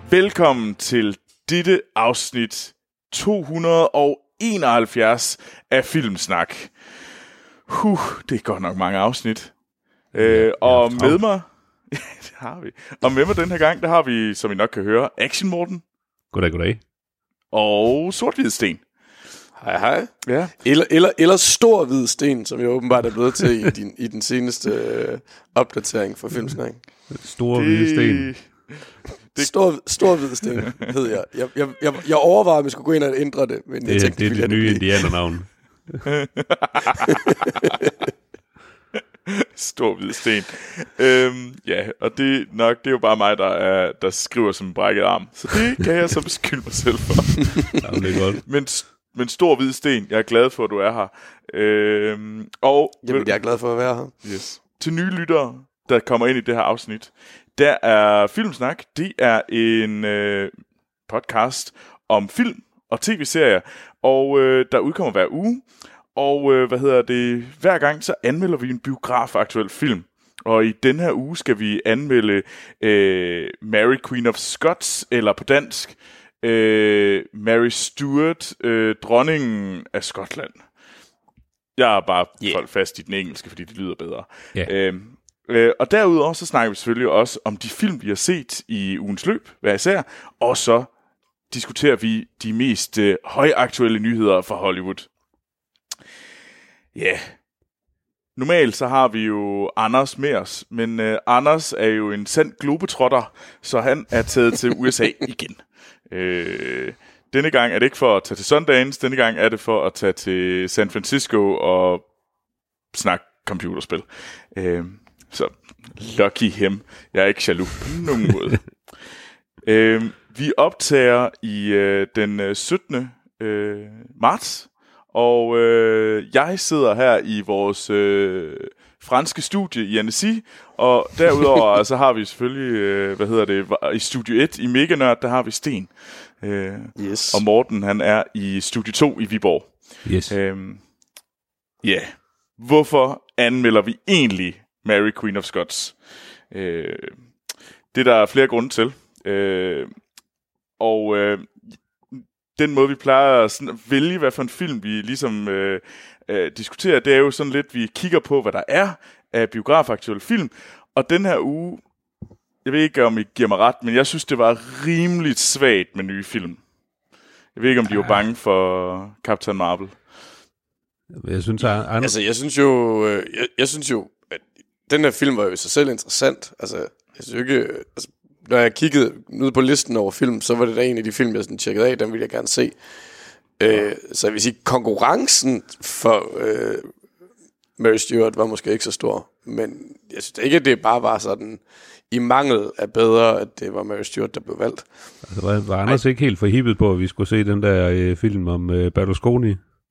Velkommen til dette afsnit 271 af Filmsnak. Det er godt nok mange afsnit. Og med mig... Ja, det har vi. Og med mig den her gang, der har vi, som I nok kan høre, Action Morten. Goddag. Og Sort-Hvid Sten. Hej. Ja. Eller Stor-Hvid Sten, som jeg åbenbart er blevet til i den seneste opdatering for Filmsnak. Stor-Hvid Sten. Stor-Hvid Sten hed jeg. Jeg overvejede, om jeg skulle gå ind og ændre det, men jeg tænkte, det er det nye indianernavn. Stor-Hvid Sten. Ja, og det er jo bare mig, der skriver som en brækket arm. Så det kan jeg så beskylde mig selv for. Ja, det er godt. Men Stor-Hvid Sten, jeg er glad for, at du er her. Jamen, jeg er glad for at være her. Yes. Til nye lyttere, der kommer ind i det her afsnit, der er Filmsnak. Det er en podcast om film og tv-serier, og der udkommer hver uge. Og hver gang så anmelder vi en biograf-aktuel film. Og i den her uge skal vi anmelde Mary Queen of Scots, eller på dansk Mary Stuart, dronningen af Skotland. Jeg har bare holdt fast i den engelske, fordi det lyder bedre. Yeah. Og derudover så snakker vi selvfølgelig også om de film, vi har set i ugens løb, hver især. Og så diskuterer vi de mest højaktuelle nyheder fra Hollywood. Ja, normalt så har vi jo Anders med os, men Anders er jo en sand globetrotter, så han er taget til USA igen. Denne gang er det ikke for at tage til Sundance, denne gang er det for at tage til San Francisco og snakke computerspil. Så lucky him. Jeg er ikke jaloux på nogen måde. Vi optager i den 17. marts. Og jeg sidder her i vores franske studie i Annecy, og derudover så har vi selvfølgelig, i Studio 1 i Mega Nørd, der har vi Sten. Yes. Og Morten, han er i Studio 2 i Viborg. Yes. Hvorfor anmelder vi egentlig Mary Queen of Scots? Det er der flere grunde til. Den måde, vi plejer at vælge, hvad for en film vi ligesom diskuterer, det er jo sådan lidt, vi kigger på, hvad der er af biografaktuelle film. Og den her uge, jeg ved ikke, om I giver mig ret, men jeg synes, det var rimeligt svagt med nye film. Jeg ved ikke, om de var bange for Captain Marvel. Jeg synes, jeg synes jo, at den her film var jo i sig selv interessant. Altså, jeg synes ikke... Når jeg kiggede ned på listen over film, så var det da en af de film, jeg sådan tjekkede af. Den ville jeg gerne se. Så jeg vil sige, konkurrencen for Mary Stuart var måske ikke så stor. Men jeg synes ikke, at det bare var sådan i mangel af bedre, at det var Mary Stuart, der blev valgt. Altså, var Anders ikke helt forhippet på, at vi skulle se den der film om Berlusconi?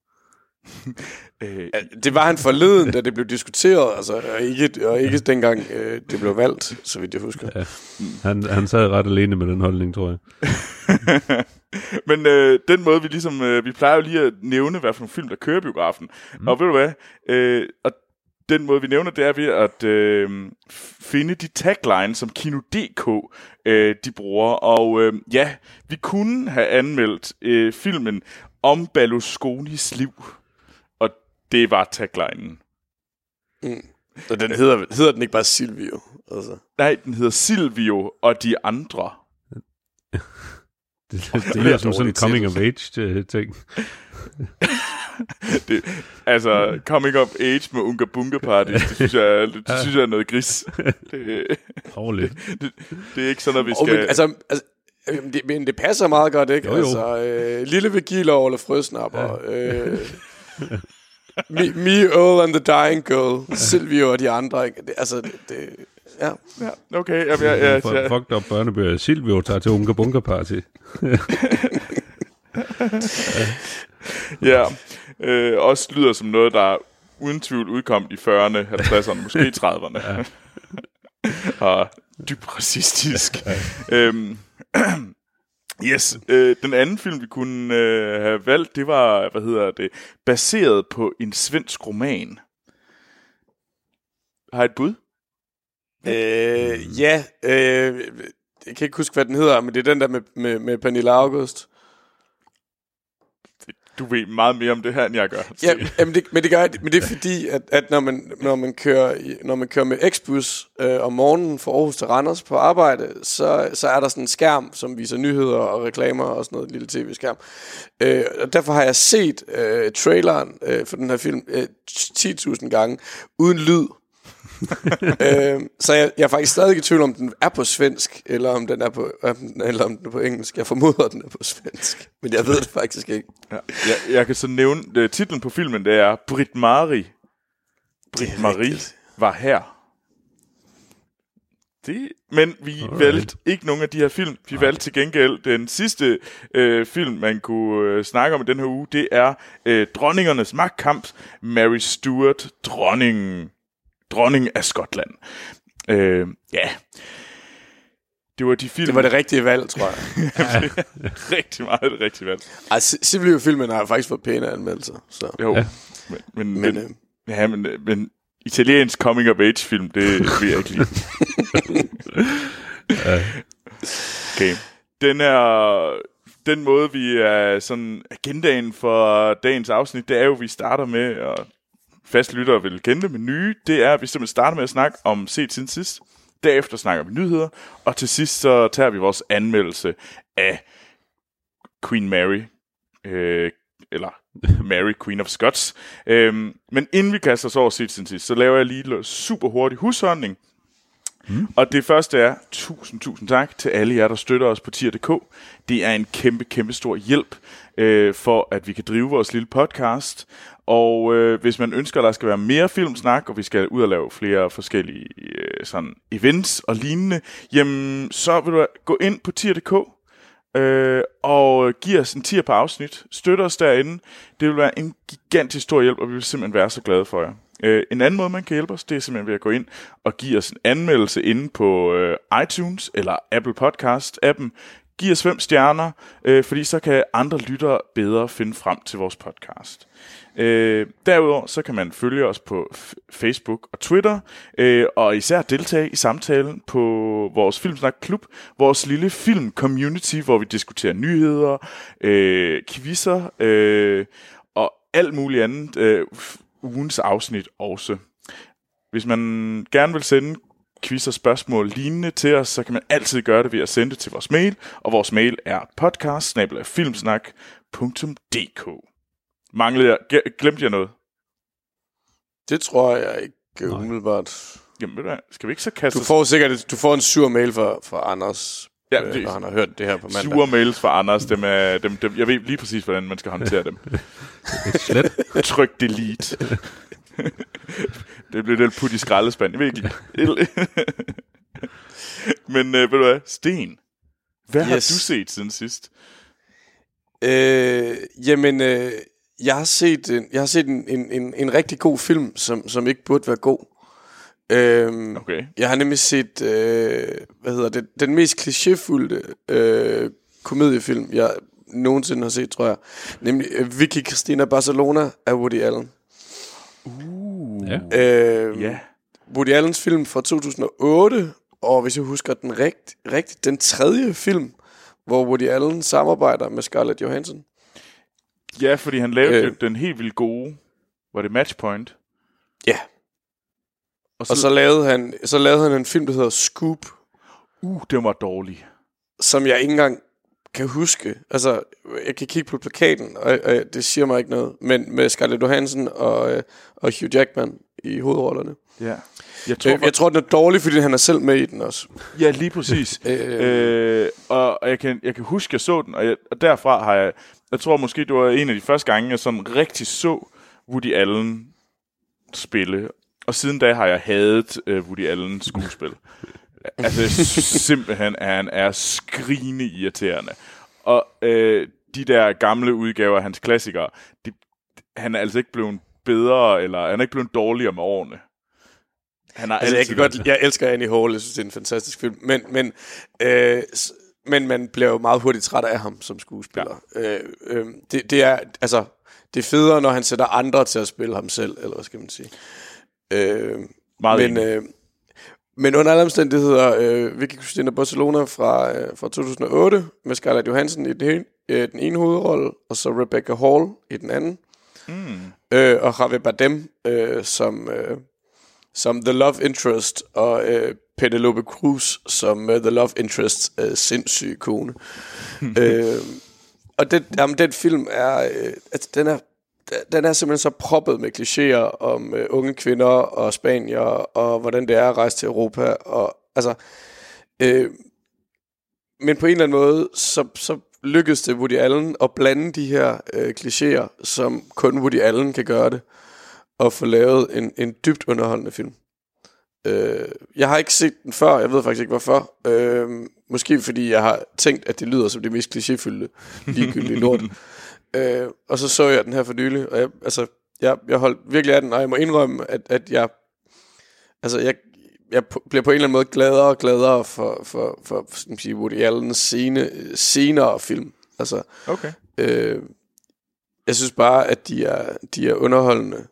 Det var han forleden, da det blev diskuteret, altså, og ikke dengang det blev valgt, så vidt jeg husker. Ja. Han sad ret alene med den holdning, tror jeg. Men den måde, vi plejer jo lige at nævne, hvad for en film, der kører biografen. Og ved du hvad? Og den måde, vi nævner, det er ved at finde de taglines, som Kino.dk de bruger. Og vi kunne have anmeldt filmen om Berlusconis liv. Det var taglinen. Og den hedder den ikke bare Silvio? Altså. Nej, den hedder Silvio og de andre. det er som sådan en coming of age ting. Coming of age med Unga Bunga Party, det synes jeg er noget gris. Det er ikke sådan, at vi skal... Men det passer meget godt, ikke? Jo. Altså, Lille Vigil og Ole Frøsnapper. Me, Earl and the Dying Girl, Silvio og de andre, ikke? Ja, okay. Fucked up børnebøger. Silvio tager til Unga Bunga Party. Også lyder som noget, der uden tvivl udkom i 40'erne, 50'erne, måske 30'erne. Ja. Og dybt racistisk. Yes, den anden film, vi kunne have valgt, det var, baseret på en svensk roman. Har I et bud? jeg kan ikke huske, hvad den hedder, men det er den der med Pernille August. Du ved meget mere om det her, end jeg gør. Ja, men det gør jeg, men det er fordi, at når man kører med X-bus om morgenen fra Aarhus til Randers på arbejde, så er der sådan en skærm, som viser nyheder og reklamer og sådan noget, lille tv-skærm. Og derfor har jeg set traileren for den her film 10.000 gange uden lyd. Så jeg er faktisk stadig i tvivl om den er på svensk eller om den er på engelsk. Jeg formoder den er på svensk, men jeg ved det faktisk ikke. Ja. Jeg kan så nævne titlen på filmen. Det er Britt-Marie var her. Men vi valgte ikke nogen af de her film. Vi valgte til gengæld den sidste film, man kunne snakke om i den her uge. Det er Dronningernes Magtkamp. Mary Stuart, dronning af Skotland. Ja. Det var de film. Det var det rigtige valg, tror jeg. Rigtig meget det rigtige valg. Ej, Sibliv-filmen har faktisk fået pæne anmeldelser. Så. Jo, ja. Men italiensk coming-of-age-film, det vil jeg ikke lide. Okay. Den måde, vi er sådan agendaen for dagens afsnit, det er jo, at vi starter med, og faste lyttere vil kende det, men nye, det er, at vi simpelthen starter med at snakke om set siden sidst. Derefter snakker vi nyheder, og til sidst så tager vi vores anmeldelse af Queen Mary, eller Mary, Queen of Scots. Men inden vi kaster os over set siden sidst, så laver jeg lige super hurtig husholdning. Og det første er, tusind tak til alle jer, der støtter os på tier.dk. Det er en kæmpe stor hjælp for, at vi kan drive vores lille podcast. Og hvis man ønsker, at der skal være mere filmsnak, og vi skal ud og lave flere forskellige sådan events og lignende, jamen så vil du gå ind på tier.dk og give os en tier på afsnit. Støt os derinde. Det vil være en gigantisk stor hjælp, og vi vil simpelthen være så glade for jer. En anden måde, man kan hjælpe os, det er simpelthen ved at gå ind og give os en anmeldelse inde på iTunes eller Apple Podcast-appen. Giv os 5 stjerner, fordi så kan andre lyttere bedre finde frem til vores podcast. Derudover så kan man følge os på Facebook og Twitter, og især deltage i samtalen på vores Filmsnak-klub, vores lille film-community, hvor vi diskuterer nyheder, quizzer og alt muligt andet, ugens afsnit også. Hvis man gerne vil sende quiz og spørgsmål lignende til os, så kan man altid gøre det ved at sende det til vores mail, og vores mail er podcast@filmsnak.dk. Glemte jeg noget? Det tror jeg ikke umiddelbart. Jamen, skal vi ikke så kaste Du får en sur mail fra Anders, når han har hørt det her på mandag. Sure mails fra Anders, dem, jeg ved lige præcis, hvordan man skal håndtere dem. Slet. Tryk delete. Det bliver lidt put i skraldespand. Jeg ved ikke. Men ved du hvad? Sten, hvad har du set siden sidst? Jeg har set en rigtig god film, som ikke burde være god. Okay. Jeg har nemlig set den mest klichéfulde komediefilm jeg nogensinde har set, tror jeg. Nemlig Vicky Cristina Barcelona af Woody Allen. Woody Allens film fra 2008, og hvis jeg husker den rigtigt, den 3. film, hvor Woody Allen samarbejder med Scarlett Johansson. Ja, fordi han lavede den helt vildt gode, var det Matchpoint? Ja. Og så lavede han en film, der hedder Scoop. Det var dårligt. Som jeg ikke engang kan huske. Altså, jeg kan kigge på plakaten, og det siger mig ikke noget. Men med Scarlett Johansson og Hugh Jackman i hovedrollerne. Ja. Jeg tror, den er dårlig, fordi han er selv med i den også. Ja, lige præcis. Og jeg kan huske, jeg så den, og derfra har jeg tror måske, det var en af de første gange, jeg sådan rigtig så Woody Allen spille. Og siden da har jeg hadet Woody Allens skuespil. Altså simpelthen han er skrigende irriterende. Og de der gamle udgaver af hans klassikere, han er altså ikke blevet bedre, eller han er ikke blevet dårligere med årene. Han har jeg elsker Annie Hall, jeg synes det er en fantastisk film, men man bliver jo meget hurtigt træt af ham som skuespiller. Ja. Det er federe, når han sætter andre til at spille ham selv, eller hvad skal man sige. Men under alle omstændigheder, Vicky Cristina Barcelona fra 2008, med Scarlett Johansson i den ene hovedrolle, og så Rebecca Hall i den anden. Og Javier Bardem som The Love Interest, og Penelope Cruz som The Love Interest sindssyge kone. Og den film er, altså den er simpelthen så proppet med klichéer om unge kvinder og spanier, og hvordan det er at rejse til Europa. Og, altså, men på en eller anden måde, så lykkedes det Woody Allen at blande de her klichéer, som kun Woody Allen kan gøre det, og få lavet en dybt underholdende film. Jeg har ikke set den før, jeg ved faktisk ikke hvorfor. Måske fordi jeg har tænkt, at det lyder som det mest klichéfyldte ligegyldige lort. Og så jeg den her for nylig, og jeg holdt virkelig af den, og jeg må indrømme, at jeg bliver på en eller anden måde gladere og gladere for skal sige, Woody Allens senere film. Altså, okay. Jeg synes bare, at de er underholdende.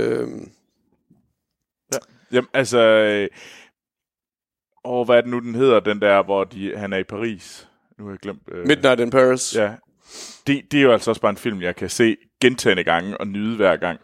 Ja. Jamen, altså, hvad er det nu, den hedder, den der, hvor han er i Paris? Nu har jeg glemt. Midnight in Paris. Ja. Det er jo altså også bare en film, jeg kan se gentagne gange og nyde hver gang.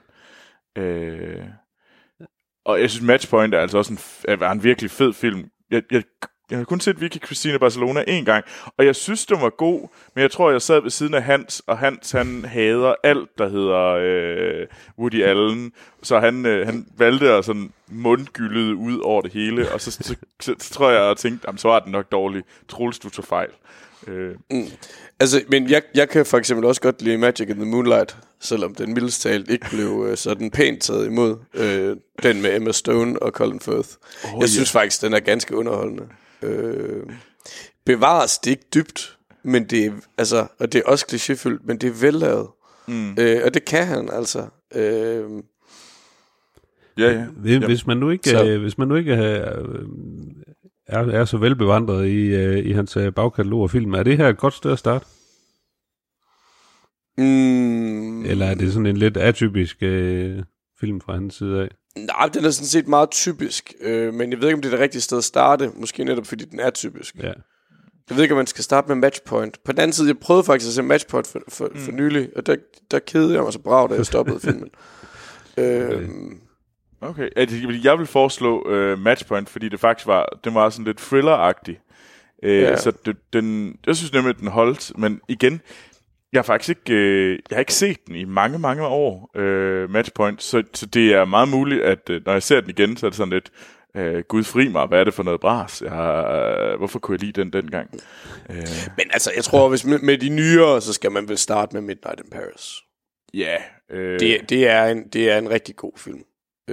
Og jeg synes, Matchpoint er altså også en virkelig fed film. Jeg har kun set Vicky Cristina Barcelona en gang, og jeg synes, den var god, men jeg tror, jeg sad ved siden af Hans, og Hans, han hader alt, der hedder Woody Allen, så han valgte at sådan mundgyldet ud over det hele, og så tror jeg, at tænkte, så var den nok dårlig. Troels, du tog fejl. Altså, men jeg kan for eksempel også godt lide Magic in the Moonlight, selvom den mildest talt ikke blev sådan pænt taget imod, den med Emma Stone og Colin Firth. Jeg synes faktisk, den er ganske underholdende. Bevares det ikke dybt, men det er, altså, og det er også klichéfyldt, men det er vellavet. Og det kan han altså. Ja. Hvis man nu ikke er så velbevandret i hans bagkatalog af film, er det her et godt sted at starte? Eller er det sådan en lidt atypisk film fra hans side af? Nej, den er sådan set meget typisk, men jeg ved ikke, om det er det rigtige sted at starte. Måske netop, fordi den er typisk. Ja. Jeg ved ikke, om man skal starte med Matchpoint. På den anden side, jeg prøvede faktisk at se Matchpoint for nylig, og der kedede jeg mig så bra, da jeg stoppede filmen. Okay, jeg vil foreslå Matchpoint, fordi det faktisk den var sådan lidt thriller-agtig. Så jeg synes nemlig, at den holdt, men igen, jeg har ikke set den i mange, mange år, Matchpoint, så det er meget muligt, at når jeg ser den igen, så er det sådan lidt, Gud fri mig, hvad er det for noget bras? Hvorfor kunne jeg lide den dengang? Men altså, jeg tror, hvis med de nyere, så skal man vel starte med Midnight in Paris. Ja. Det er en rigtig god film.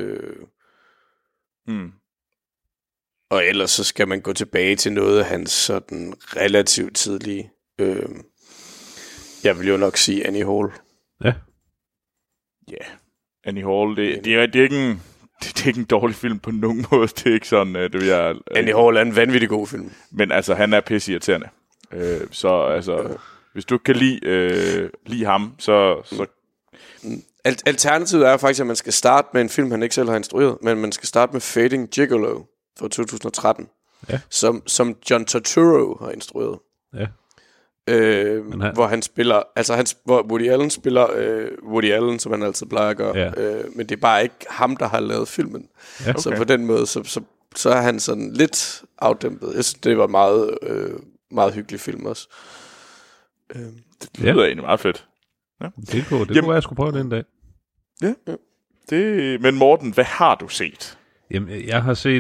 Og ellers så skal man gå tilbage til noget af hans sådan relativt tidlige. Jeg vil jo nok sige Annie Hall. Ja. Ja, Annie Hall, det er ikke en dårlig film på nogen måde. Det er ikke sådan, det vil jeg... Annie Hall er en vanvittig god film. Men altså, han er pisseirriterende. Så altså, hvis du ikke kan lide ham, så... Alternativet er faktisk, at man skal starte med en film, han ikke selv har instrueret, men man skal starte med Fading Gigolo fra 2013, som John Turturro har instrueret. Ja. Hvor han spiller, hvor Woody Allen spiller Woody Allen, som han altid plejer at gøre, men det er bare ikke ham, der har lavet filmen. Ja, okay. Så på den måde, så er han sådan lidt afdæmpet. Jeg synes, det var meget, meget hyggelig film også. Det lyder egentlig meget fedt. Ja. Det kunne jeg skulle prøve den dag. Ja. Men Morten, hvad har du set? Jamen, jeg har set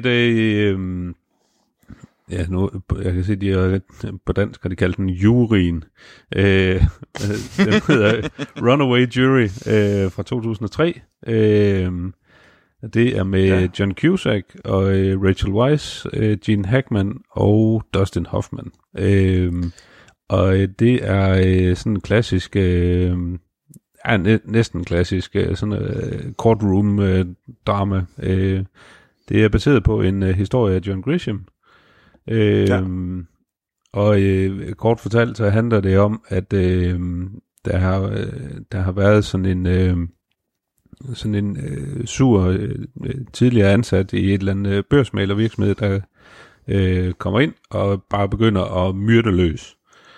jeg kan se, de på dansk har de kaldt den juryen. Den hedder Runaway Jury fra 2003. Det er med John Cusack og Rachel Weisz, Gene Hackman og Dustin Hoffman. Og det er sådan en klassisk, næsten klassisk sådan courtroom drama. Det er baseret på en historie af John Grisham. Og kort fortalt så handler det om, at der har været sådan sådan en sur tidligere ansat i et eller andet børsmæglervirksomhed, der kommer ind og bare begynder at myrde løs.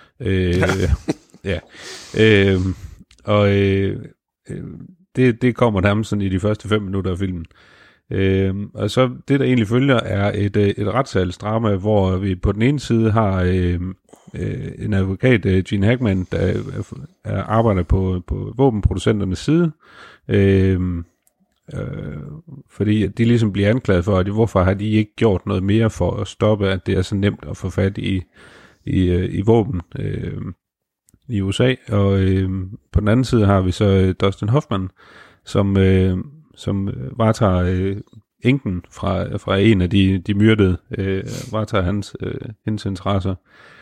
Ja. Det kommer nærmest sådan i de første 5 minutter af filmen. Og så det, der egentlig følger, er et retssalsdrama, hvor vi på den ene side har en advokat, Gene Hackman, der arbejder på våbenproducenternes side, fordi de ligesom bliver anklaget for, at hvorfor har de ikke gjort noget mere for at stoppe, at det er så nemt at få fat i våben i USA. Og på den anden side har vi så Dustin Hoffman, som varetager enken fra en af de myrdede, varetager hendes interesser.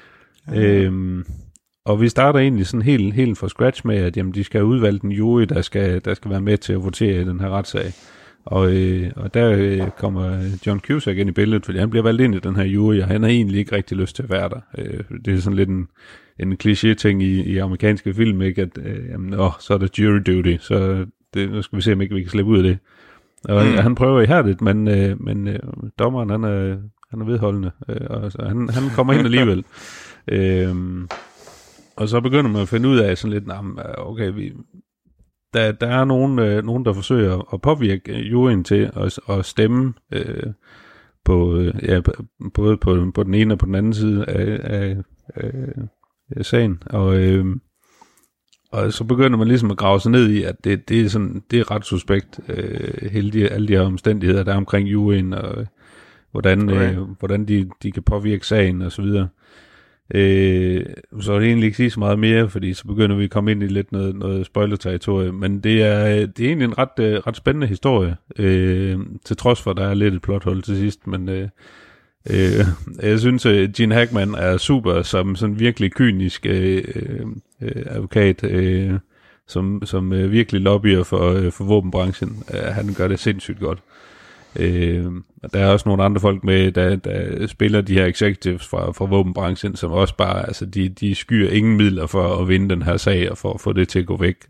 Og vi starter egentlig sådan helt fra scratch med, at jamen, de skal udvalge en jury, der skal være med til at votere i den her retssag. Og der kommer John Cusack ind i billedet, fordi han bliver valgt ind i den her jury, og han har egentlig ikke rigtig lyst til at være der. Det er sådan lidt en kliché-ting i amerikanske film, ikke? At så er der jury duty, så nu skal vi se, om ikke vi kan slippe ud af det. Og han prøver ihærdigt, men dommeren, han er vedholdende, og så han kommer ind alligevel. Og så begynder man at finde ud af sådan lidt, okay, der er nogen, der forsøger at påvirke juryen til at stemme både på den ene og på den anden side af sagen, og så begynder man ligesom at grave sig ned i, at det er ret suspekt, alle de her omstændigheder, der er omkring juryen, og hvordan de kan påvirke sagen, og så videre. Så er det egentlig ikke sige så meget mere, fordi så begynder vi at komme ind i lidt noget spoiler-territorie, men det er egentlig en ret spændende historie, til trods for, at der er lidt et plothul til sidst, men jeg synes, at Gene Hackman er super som sådan virkelig kynisk advokat, som virkelig lobbyer for våbenbranchen. Han gør det sindssygt godt. Der er også nogle andre folk med, der spiller de her executives fra våbenbranchen, som også bare, altså de skyer ingen midler for at vinde den her sag, og for at få det til at gå væk.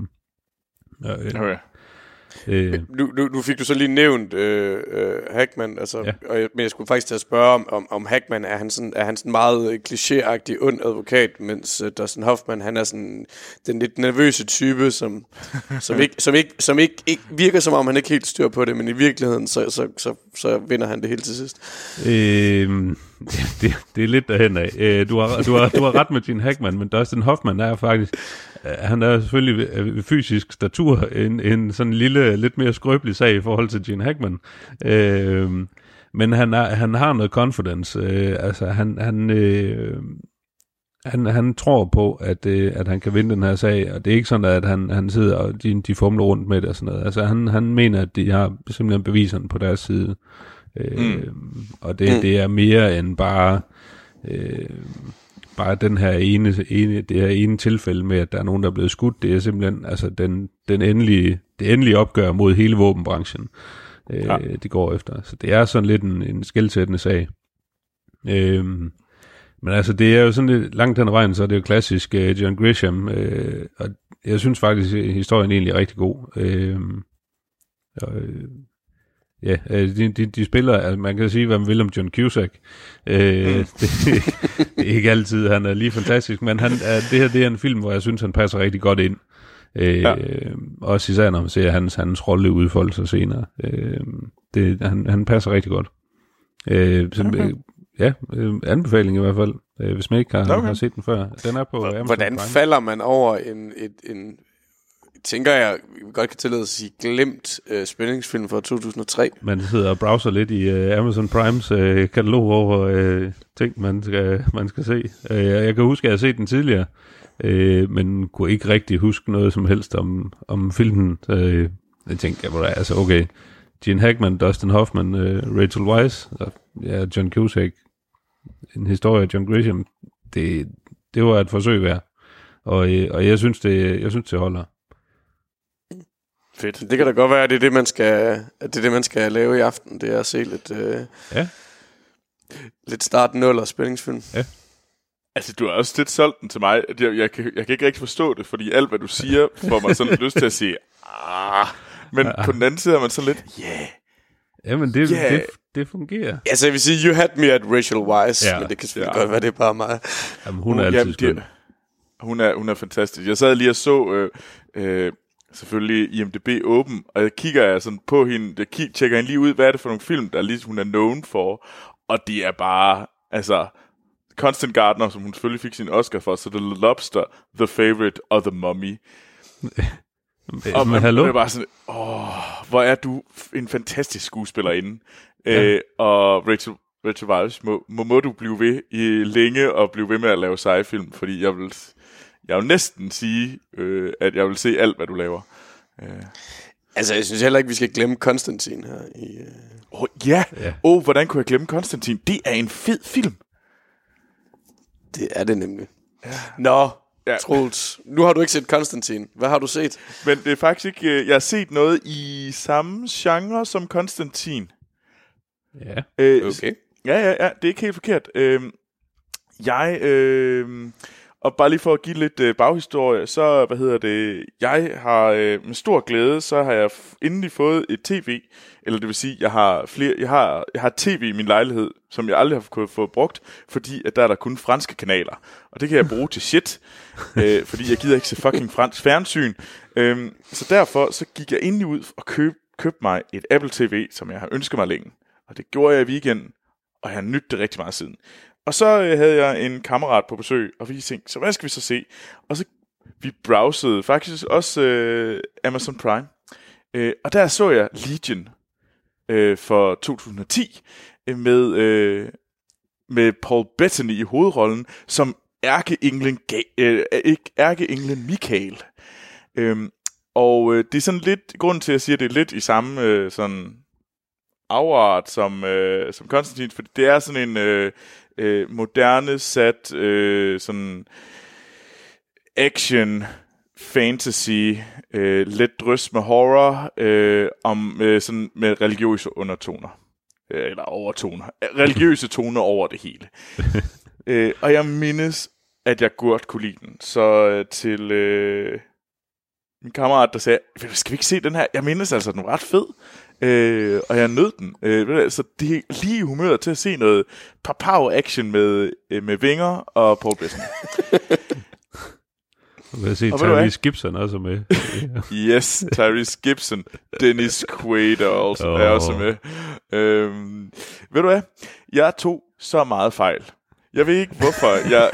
Okay. Nu fik du så lige nævnt Hackman, altså, ja. Men jeg skulle faktisk til at spørge om Hackman er han sådan meget klichéagtig ond advokat, mens Dustin Hoffman, han er sådan den lidt nervøse type, som ikke virker som om han ikke helt styr på det, men i virkeligheden så vinder han det helt til sidst. Det er lidt derhen af. Du har ret med Gene Hackman, men Dustin Hoffman er faktisk, han er selvfølgelig fysisk statur en sådan lille, lidt mere skrøbelig sag i forhold til Gene Hackman. Men han har noget confidence. Altså han tror på, at han kan vinde den her sag, og det er ikke sådan, at han sidder og de fumler rundt med det og sådan noget. Altså han mener, at de har simpelthen beviserne på deres side. Og det er mere end bare den her det her ene tilfælde med, at der er nogen, der er blevet skudt. Det er simpelthen altså det endelige opgør mod hele våbenbranchen, det går efter. Så det er sådan lidt en skelsættende sag. Men altså, det er jo sådan lidt langt hen ad vejen, så er det jo klassisk John Grisham, og jeg synes faktisk, at historien egentlig er rigtig god. De spiller, altså man kan sige, hvad man vil om John Cusack. Det er ikke altid, han er lige fantastisk, men det her det er en film, hvor jeg synes, han passer rigtig godt ind. Også især, når man ser hans rolle udfolde sig senere. Han passer rigtig godt. Anbefaling i hvert fald, hvis man ikke har set den før. Den er på Amazon Hvordan Prime. falder man over en tænker jeg godt kan tillade at sige glemt spændingsfilm fra 2003? Man sidder og browser lidt i Amazon Primes katalog over ting, man skal se. Jeg kan huske, at jeg har set den tidligere, men kunne ikke rigtig huske noget som helst om filmen. Jeg tænkte, altså okay, Gene Hackman, Dustin Hoffman, Rachel Weisz, John Cusack, en historie af John Grisham, det var et forsøg værd. Og jeg synes det holder. Fedt. Det kan da godt være, at det er det, man skal lave i aften. Det er at se lidt start 0 og spændingsfilm. Ja. Altså, du har også lidt solgt den til mig. Jeg kan ikke rigtig forstå det, fordi alt, hvad du siger, får mig sådan lyst til at sige, Men på den anden side er man så lidt, Jamen, det fungerer. Altså, jeg vil sige, you had me at Rachel Weisz, men det kan selvfølgelig godt være, det er bare mig. Jamen, hun er altid skøn. Hun er fantastisk. Jeg sad lige og så selvfølgelig IMDb åben, og jeg kigger sådan på hende, tjekker hende lige ud, hvad er det for nogle film, der lige hun er known for, og de er bare, altså, Constant Gardener, som hun selvfølgelig fik sin Oscar for, så The Lobster, The Favourite og The Mummy. Og man er bare sådan, hvor er du en fantastisk skuespillerinde. Ja. Og Rachel Weisz, må du blive ved i længe og blive ved med at lave seje film, fordi jeg vil næsten sige, at jeg vil se alt, hvad du laver. Altså, jeg synes heller ikke, vi skal glemme Konstantin her. Hvordan kunne jeg glemme Konstantin? Det er en fed film. Det er det nemlig. Ja. Nå, Troels, nu har du ikke set Konstantin. Hvad har du set? Men det er faktisk ikke... Jeg har set noget i samme genre som Konstantin. Ja, okay. Ja, det er ikke helt forkert. Og bare lige for at give lidt baghistorie, så, jeg har med stor glæde, så har jeg endelig fået et tv, eller det vil sige, jeg har tv i min lejlighed, som jeg aldrig har kunnet få brugt, fordi at der er kun franske kanaler, og det kan jeg bruge til shit, fordi jeg gider ikke se fucking fransk fjernsyn, så derfor så gik jeg endelig ud og købte mig et Apple TV, som jeg har ønsket mig længe, og det gjorde jeg i weekenden, og jeg har nydt det rigtig meget siden. Og så havde jeg en kammerat på besøg, og vi tænkte, så hvad skal vi så se? Og så vi browsede faktisk også Amazon Prime. Og der så jeg Legion for 2010 med Paul Bettany i hovedrollen som ærkeenglen Michael. Og det er sådan lidt, grunden til at sige, at det er lidt i samme sådan afart som Konstantin, for det er sådan en moderne sat sådan action fantasy let drøs med horror om sådan med religiøse undertoner eller overtoner, religiøse toner over det hele. Og jeg mindes, at jeg godt kunne lide den, så til min kammerat, der sagde, skal vi ikke se den her? Jeg mindes altså, den var ret fed. Og jeg nød den. Så det er lige humøret til at se noget pow-action med vinger og Paul Bettany. Og vil jeg se Tyrese Gibson også med. Yes, Tyrese Gibson. Dennis Quaid er også med. Ved du hvad? Jeg tog så meget fejl. Jeg ved ikke, hvorfor.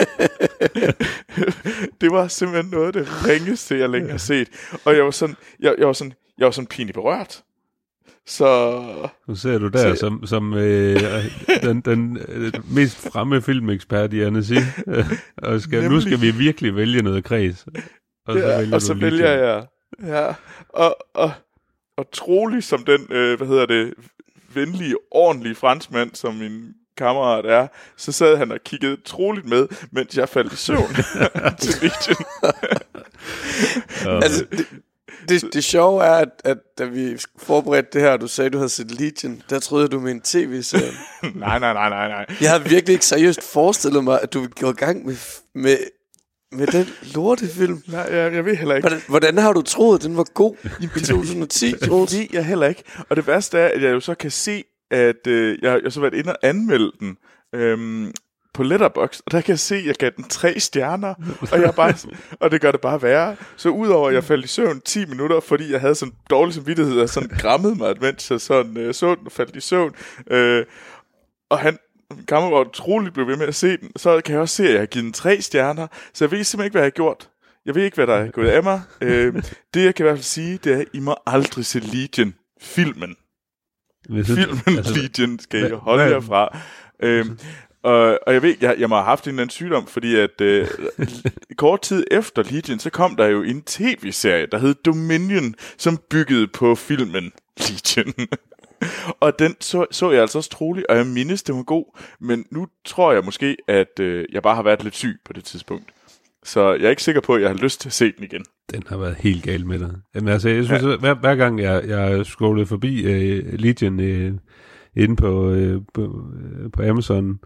Det var simpelthen noget af det ringeste, jeg længe har set. Og jeg var sådan pinligt berørt. Så nu ser du der som den mest fremme filmekspert i Annecy. Og nu skal vi virkelig vælge noget kreds. Og så vælger jeg. Ja. Og trolig som den venlige, ordentlige franskmand, som min kammerat er, så sad han og kiggede troligt med, mens jeg faldt i søvn til Legion. Altså, det sjove er, at da vi forberedte det her, du sagde, du havde set Legion, der troede du med en tv-serie. Nej. Jeg havde virkelig ikke seriøst forestillet mig, at du ville gå i gang med den lortefilm. Nej, jeg ved heller ikke. Hvordan har du troet, den var god i 2010? Det ved jeg heller ikke. Og det værste er, at jeg jo så kan se, at jeg så været inde og anmelde den på Letterboxd, og der kan jeg se, at jeg gav den 3 stjerner, og det gør det bare værre. Så udover at jeg faldt i søvn 10 minutter, fordi jeg havde sådan dårlig samvittighed, og sådan grammede mig, mens jeg sådan så den og faldt i søvn, og min kammerat troligt blev ved med at se den, så kan jeg også se, at jeg har givet den 3 stjerner, så jeg ved simpelthen ikke, hvad jeg har gjort. Jeg ved ikke, hvad der er gået af mig. Det jeg kan i hvert fald sige, det er, at I må aldrig se Legion. Filmen Legion skal jeg holde jer fra. Og jeg ved, jeg må have haft en eller anden sygdom, fordi at kort tid efter Legion, så kom der jo en tv-serie, der hed Dominion, som byggede på filmen Legion. Og den så jeg altså også troligt, og jeg mindes, det var god, men nu tror jeg måske, at jeg bare har været lidt syg på det tidspunkt. Så jeg er ikke sikker på, at jeg har lyst til at se den igen. Den har været helt gal med dig. Jamen altså, jeg synes, hver gang jeg scrollede forbi Legion inde på Amazon,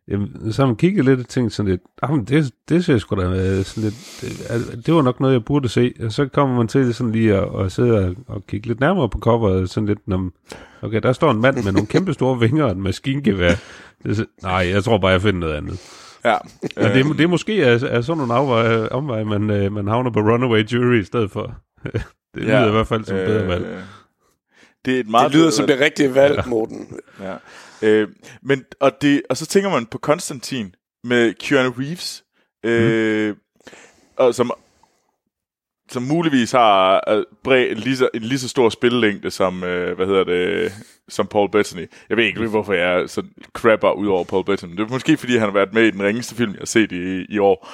Jamen, så har man kigget lidt og tænkt sådan lidt, men det ser sgu da sådan lidt, det var nok noget, jeg burde se. Og så kommer man til sådan lige at sidde og kigge lidt nærmere på coveret, sådan lidt, okay, der står en mand med nogle kæmpe store vinger og en maskingevær. Nej, jeg tror bare, jeg finder noget andet. Ja. Men det måske er sådan nogle omveje, man havner på Runaway Jury i stedet for. Det lyder i hvert fald som bedre valg. Det er et meget det lyder som det rigtige valg, Morten. Ja. Og så tænker man på Konstantin med Keanu Reeves, og som muligvis har en lige så stor spillelængde som som Paul Bettany. Jeg ved ikke hvorfor jeg er så crapper ud over Paul Bettany. Det er måske fordi han har været med i den ringeste film jeg har set i år.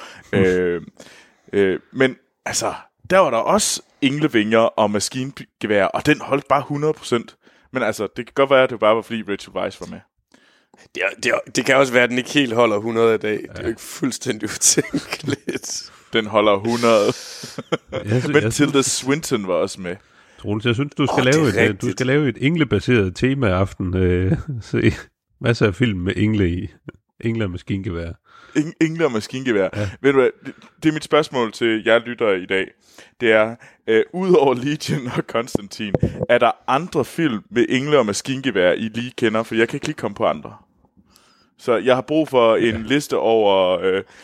Men altså der var der også englevinger og maskingevær, og den holdt bare 100%. Men altså, det kan godt være, at det bare var fordi Rachel Weisz var med. Det kan også være, at den ikke helt holder 100 i dag. Det er jo ikke fuldstændig utænkeligt. Den holder 100. Men Tilda Swinton var også med. Troels, jeg synes, du skal lave et englebaseret temaaften. Se masser af film med engle i. Engle og maskingevær. Engle og maskingevær. Ja. Ved du hvad, det er mit spørgsmål til jer lyttere i dag. Det er, udover Legion og Konstantin, er der andre film med engle og maskingevær, I lige kender? For jeg kan ikke lige komme på andre. Så jeg har brug for en liste over,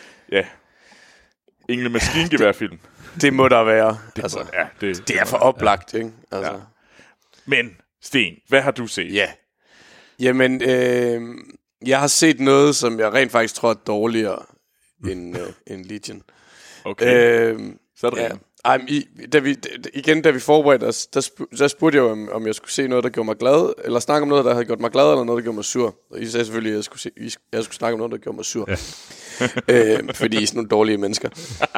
engle maskingevær film. Det må der være. Det er for oplagt, ikke? Altså. Ja. Men, Sten, hvad har du set? Ja. Jamen, jeg har set noget, som jeg rent faktisk tror er dårligere end Legion. Okay. Så er det da vi forberedte os, der spurgte jeg jo, om jeg skulle se noget, der gjorde mig glad, eller snakke om noget, der havde gjort mig glad, eller noget, der gjorde mig sur. Og I sagde selvfølgelig, at jeg skulle snakke om noget, der gjorde mig sur. Ja. Fordi I er sådan nogle dårlige mennesker.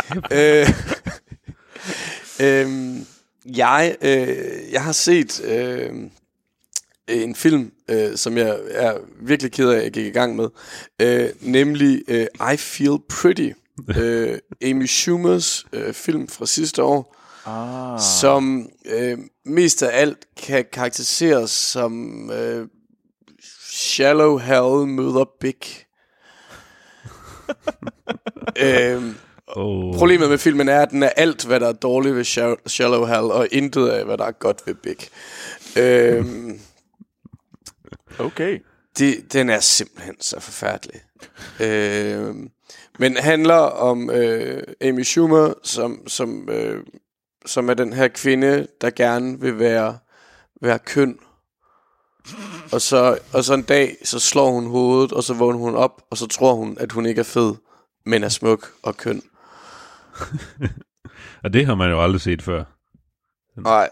Jeg har set en film, som jeg er virkelig ked af, at jeg gik i gang med, nemlig I Feel Pretty. Amy Schumers film fra sidste år, som mest af alt kan karakteriseres som Shallow Hal møder Big. Problemet med filmen er, at den er alt, hvad der er dårligt ved Shallow Hal, og intet af, hvad der er godt ved Big. Okay. Den er simpelthen så forfærdelig. Men handler om Amy Schumer, som er den her kvinde, der gerne vil være køn. Og så en dag, så slår hun hovedet, og så vågner hun op, og så tror hun, at hun ikke er fed, men er smuk og køn. Og det har man jo aldrig set før. Nej.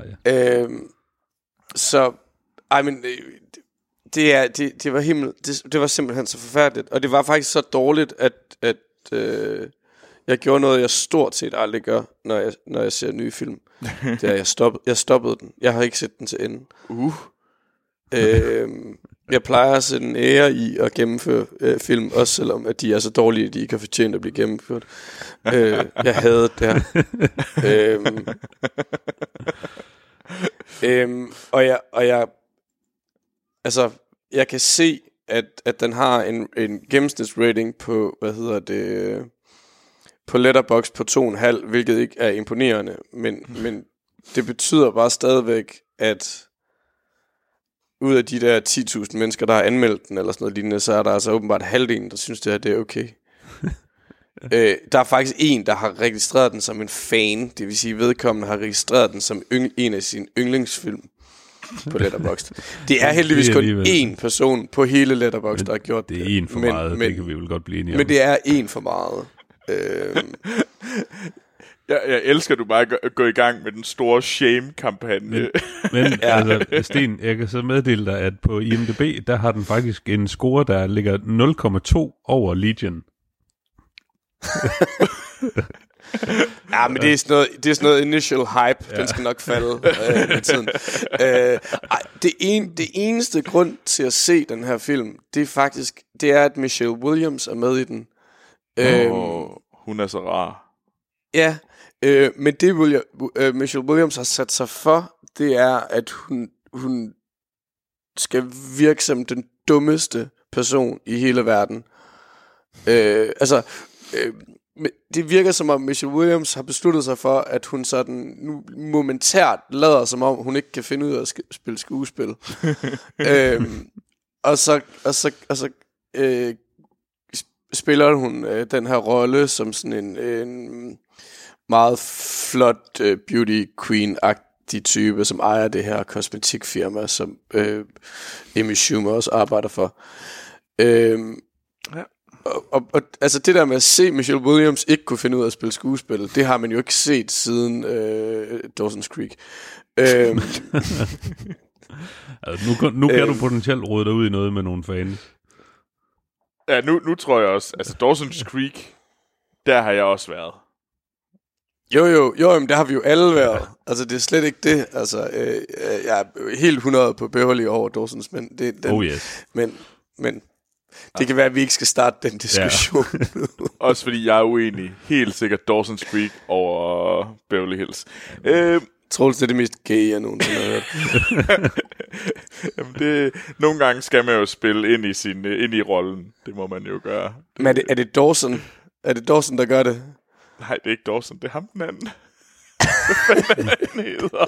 Det var simpelthen så forfærdeligt. Og det var faktisk så dårligt, at jeg gjorde noget, jeg stort set aldrig gør, når jeg ser nye film. Det er, jeg stoppede den. Jeg har ikke set den til ende. Jeg plejer at sætte en ære i at gennemføre film, også selvom at de er så dårlige, at de ikke har fortjent at blive gennemført. Jeg havde det her. Jeg kan se, at den har en gennemsnitsrating på, på Letterboxd på 2,5, hvilket ikke er imponerende, men det betyder bare stadigvæk, at ud af de der 10.000 mennesker, der har anmeldt den, eller sådan noget lignende, så er der altså åbenbart halvdelen, der synes, det er okay. Der er faktisk en, der har registreret den som en fan, det vil sige, vedkommende har registreret den som en af sine yndlingsfilm på Letterboxd. Det er heldigvis kun én person på hele Letterboxd, der har gjort det. Det er én for meget, det kan vi vel godt blive enige om. Men det er én for meget. Jeg elsker, at du bare går i gang med den store shame-kampagne. Men altså, Sten, jeg kan så meddele dig, at på IMDb, der har den faktisk en score, der ligger 0,2 over Legion. Ja, men det er sådan noget initial hype. Ja. Den skal nok falde med tiden. Det eneste grund til at se den her film, det er, at Michelle Williams er med i den. Hun er så rar. Ja, men det Michelle Williams har sat sig for, det er, at hun skal virke som den dummeste person i hele verden. Det virker som om Michelle Williams har besluttet sig for, at hun sådan nu momentært lader som om hun ikke kan finde ud af at spille skuespil. Og så spiller hun den her rolle som sådan en meget flot beauty queen-agtig type, som ejer det her kosmetikfirma, som Amy Schumer også arbejder for. Og altså det der med at se Michelle Williams ikke kunne finde ud af at spille skuespil, det har man jo ikke set siden Dawson's Creek. Altså, nu kan du potentielt rode dig ud i noget med nogle fans. Ja, nu tror jeg også, altså Dawson's Creek, der har jeg også været. Jo, men der har vi jo alle været. Altså det er slet ikke det. Altså jeg er helt 100 på Beverly over Dawson's, men det den, yes. Men det kan være, at vi ikke skal starte den diskussion. Ja. Også fordi jeg er uenig. Helt sikkert Dawson's Creek over Beverly Hills. Troels, det er det mest gay, jeg nogensinde har hørt. Jamen nogle gange skal man jo spille ind i rollen. Det må man jo gøre. Men er det Dawson? Er det Dawson, der gør det? Nej, det er ikke Dawson. Det er ham den anden. Hvad fanden er den hedder?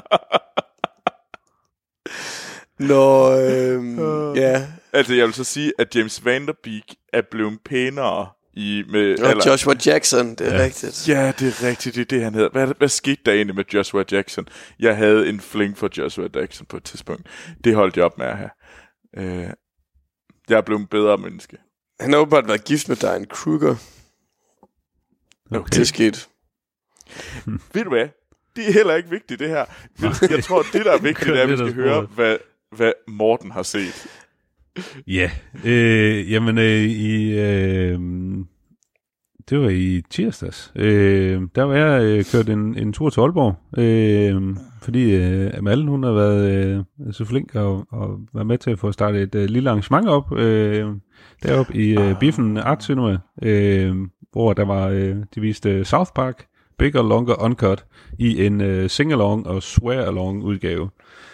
Ja. Altså, jeg vil så sige, at James Van Der Beek er blevet pænere Joshua Jackson, det er rigtigt. Ja, det er rigtigt, det er det, han hedder. Hvad skete der egentlig med Joshua Jackson? Jeg havde en fling for Joshua Jackson på et tidspunkt. Det holdt jeg op med at have. Jeg er blevet en bedre menneske. Han har åbenbart været gift med Diane Kruger. Okay. Det er sket. Ved du hvad? Det er heller ikke vigtigt, det her. Jeg tror, det der er vigtigt, er, at vi skal høre, hvad Morten har set. Ja, det var i tirsdags. Der var jeg kørt en tur til Aalborg, fordi Amal, hun har været så flink at være med til at få startet et lille arrangement op deroppe i Biffen Art Cinema, hvor der var, de viste South Park, Bigger, Longer, Uncut i en sing-along og swear-along udgave.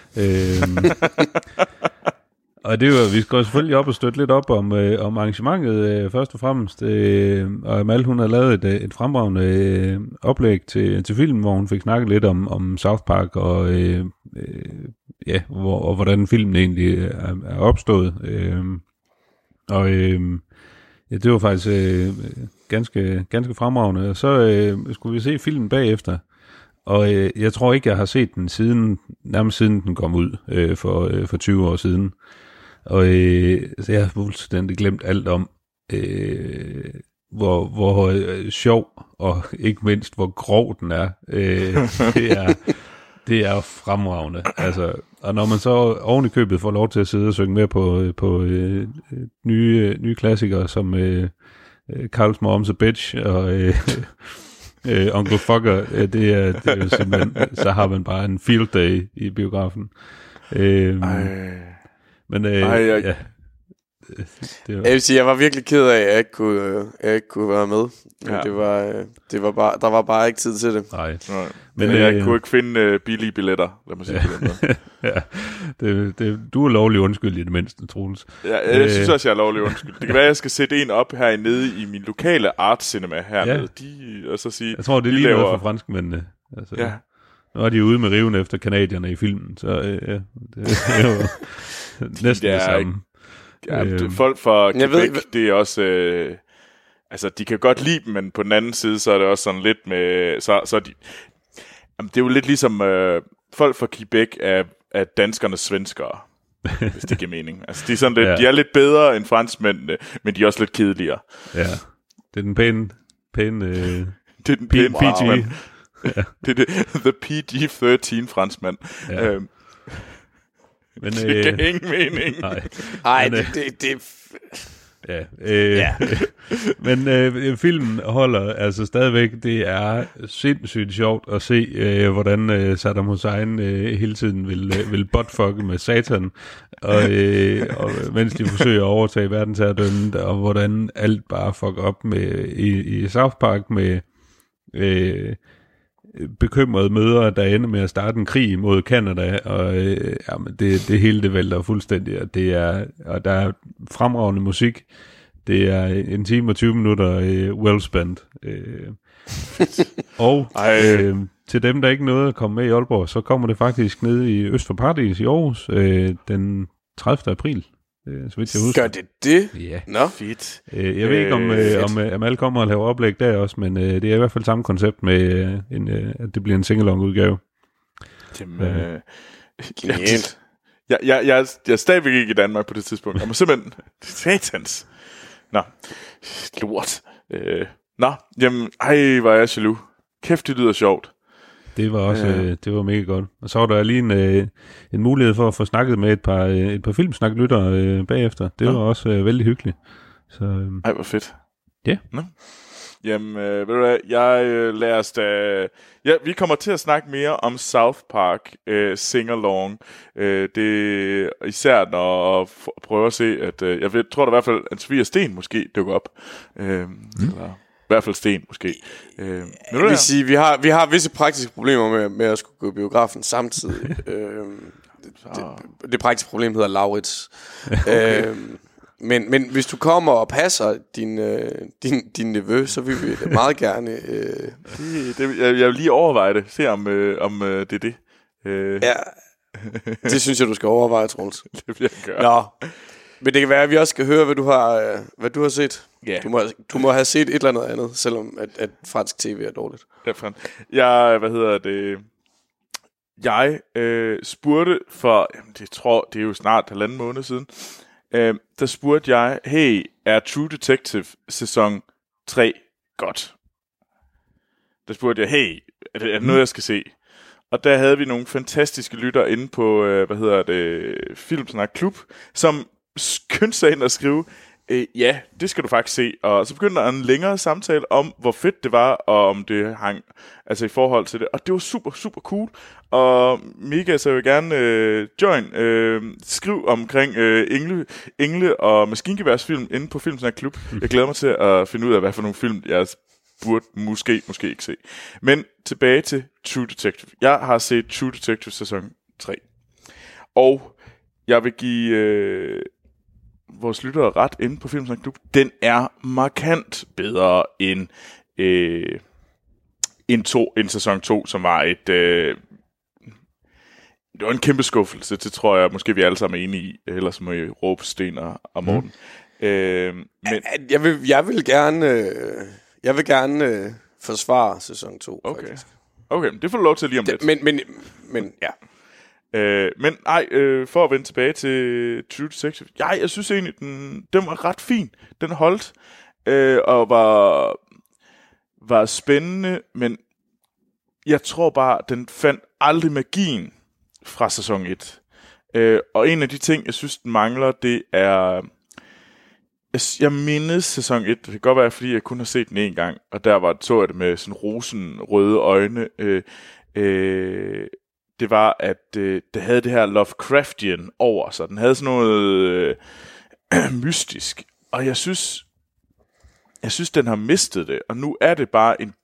Og det var, vi skal selvfølgelig op og støtte lidt op om arrangementet først og fremmest. Og Amal, hun har lavet et fremragende oplæg til filmen, hvor hun fik snakket lidt om South Park og hvordan filmen egentlig er opstået. Det var faktisk ganske fremragende. Og så skulle vi se filmen bagefter. Og jeg tror ikke, jeg har set den nærmest siden den kom ud for 20 år siden. Og så jeg har fuldstændig glemt alt om, hvor sjov og ikke mindst, hvor grov den er. Det er fremragende. Altså, og når man så oven i købet får lov til at sidde og synge med på nye klassikere som Carl's Mom's a Bitch og Uncle Fucker, det er jo simpelthen, så har man bare en field day i biografen. Men ja. Jeg vil sige, jeg var virkelig ked af, at jeg ikke kunne være med. Ja. Det var bare, der var bare ikke tid til det. Nej. Men jeg kunne ikke finde billige billetter, lad mig sige på den måde. Ja, du er lovlig undskyld i det mindste, Troels. Ja, jeg synes også, jeg er lovlig undskyld. Det kan være, at jeg skal sætte en op her nede i min lokale art cinema hernede. Ja. Og så sige, jeg tror, det er lige noget for franskmændene. Altså, ja. Nu er de ude med riven efter kanadierne i filmen, så det er jo næsten det samme. Ja, folk fra Quebec, det er også... altså, de kan godt lide dem, men på den anden side, så er det også sådan lidt med... Så de, det er jo lidt ligesom... folk fra Quebec er danskernes svenskere, hvis det giver mening. Altså, de er, sådan lidt, de er lidt bedre end franskmændene, men de er også lidt kedeligere. Ja, det er den pæne det er den pæne PG. Ja. Det er the PG-13 franskmand. Ja. Men, det giver ingen mening. Nej, det ja. Men filmen holder altså stadigvæk. Det er sindssygt sjovt at se, hvordan Saddam Hussein hele tiden vil buttfucke med Satan, og mens de forsøger at overtage verdensherredømmet, og hvordan alt bare fucker op med i South Park med bekymrede mødre, der ender med at starte en krig mod Canada, og det hele det vælter fuldstændig, og der er fremragende musik. Det er 1 time og 20 minutter well spent. Og til dem, der ikke nåede at komme med i Aalborg, så kommer det faktisk ned i Øst for Paradis i Aarhus den 30. april. Så vidt jeg husker. Gør det? Ja. Nå. Fedt. Jeg ved ikke, om alle kommer og laver oplæg der også, men det er i hvert fald samme koncept med, at det bliver en singalong udgave. Jamen, Genialt. Jeg er stadigvæk ikke i Danmark på det tidspunkt. Jeg må simpelthen... Satans. Nå. Lort. Nå, jamen, hvor er jeg jaloux. Kæft, det lyder sjovt. Det var også det var mega godt. Og så var der lige en mulighed for at få snakket med et par filmsnaklyttere bagefter. Det var også vældig hyggeligt. Så, hvor fedt. Ja. Nå. Jamen, ved du hvad, lad os da... Ja, vi kommer til at snakke mere om South Park Sing-Along. Det især når prøver at se, at... tror da i hvert fald, at Sofie og Sten måske dukker op. Eller i hvert fald Sten måske. Jeg vil sige, vi har visse praktiske problemer med at skulle gå i biografen samtidig. Det praktiske problem hedder Laurits. Okay. Men hvis du kommer og passer din nevø, så vil vi meget gerne... Jeg vil lige overveje det. Se om det er det. Ja, det synes jeg, du skal overveje, Troels. Det vil jeg gøre. Nå, men det kan være, at vi også skal høre, hvad du har set. Yeah. Du må have set et eller andet, selvom at fransk tv er dårligt. Jeg spurgte for... Jamen, det er jo snart 1,5 måned siden. Der spurgte jeg, hey, er True Detective sæson 3 godt? Der spurgte jeg, hey, er det noget, jeg skal se? Og der havde vi nogle fantastiske lytter inde på, Filmsnak Klub, som skyndte sig ind og skrive, ja, det skal du faktisk se. Og så begyndte der en længere samtale om, hvor fedt det var, og om det hang, altså i forhold til det. Og det var super, super cool. Og Mika, så jeg vil gerne skriv omkring engle og maskingeværsfilm inde på Filmsnak Klub. Jeg glæder mig til at finde ud af, hvad for nogle film, jeg burde måske ikke se. Men tilbage til True Detective. Jeg har set True Detective sæson 3. Og jeg vil give... vores lyttere ret inde på Filmsnak Klub, den er markant bedre end sæson 2, som var det var en kæmpe skuffelse. Det tror jeg måske vi alle sammen er enige i. Ellers må I råbe Sten og Morten. Men jeg vil gerne forsvare sæson 2. Okay. Faktisk. Okay, det får du lov til lige om lidt. Men ja. For at vende tilbage til True Detective. Jeg synes egentlig, den var ret fin. Den holdt, og var spændende, men jeg tror bare, den fandt aldrig magien fra sæson 1. Og en af de ting, jeg synes, den mangler, det er... Jeg mindes sæson 1, det kan godt være, fordi jeg kun har set den en gang, og der så jeg det med sådan rosenrøde øjne. Det var, at det havde det her Lovecraftian over sig. Den havde sådan noget mystisk. Og jeg synes, den har mistet det. Og nu er det bare en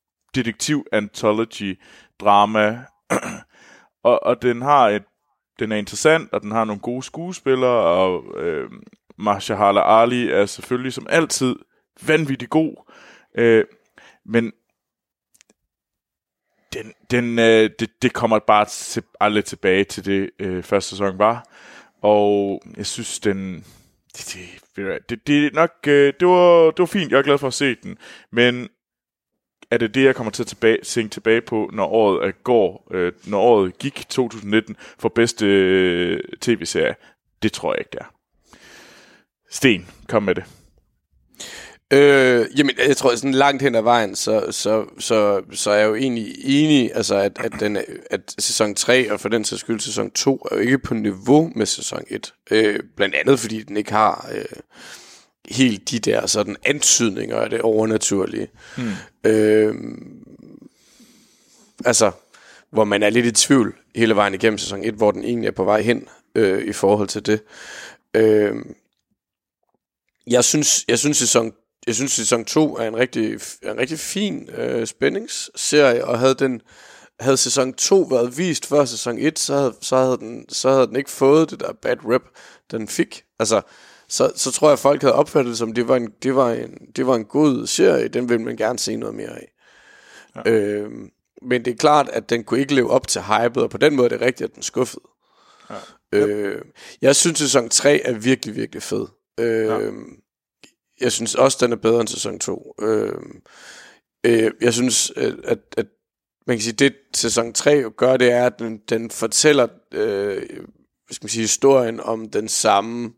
detektiv-anthology-drama. og den er interessant, og den har nogle gode skuespillere, og Mahershala Ali er selvfølgelig som altid vanvittig god. Men det kommer bare aldrig tilbage til det første sæson var, og jeg synes det var fint. Jeg er glad for at se den, men er det jeg kommer til at tænke tilbage på, når året gik 2019 for bedste tv-serie? Det tror jeg ikke, det er. Sten, kom med det. Jamen, jeg tror, sådan langt hen ad vejen, så er jeg jo egentlig enig, altså at sæson 3, og for den sags skyld sæson 2, er jo ikke på niveau med sæson 1. Blandt andet, fordi den ikke har helt de der sådan antydninger af det overnaturlige. Altså, hvor man er lidt i tvivl hele vejen igennem sæson 1, hvor den egentlig er på vej hen i forhold til det. Jeg synes sæson 2 er en rigtig fin spændingsserie, og havde sæson 2 været vist før sæson 1, så havde den ikke fået det der bad rep, den fik. Altså, så tror jeg, at folk havde opfattet det som, det var en god serie, den ville man gerne se noget mere af. Ja. Men det er klart, at den kunne ikke leve op til hypet, og på den måde er det rigtigt, at den skuffede. Ja. Jeg synes, sæson 3 er virkelig, virkelig fed. Jeg synes også, den er bedre end sæson 2. Jeg synes, at man kan sige, det sæson 3 gør, det er, at den fortæller skal man sige, historien om den samme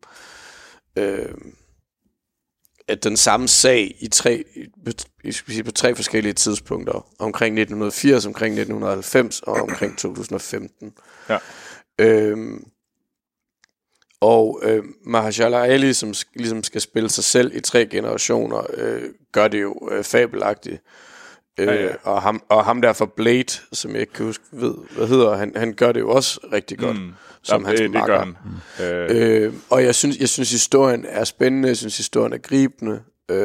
at den samme sag på 3 forskellige tidspunkter, omkring 1980, omkring 1990 og omkring 2015. Ja. Mahershala Ali, som ligesom skal spille sig selv i 3 generationer, gør det jo fabelagtigt. Og ham der for Blade, som jeg ikke kan huske, hvad hedder, han gør det jo også rigtig godt, som hans makker. Og jeg synes historien er spændende, jeg synes historien er gribende.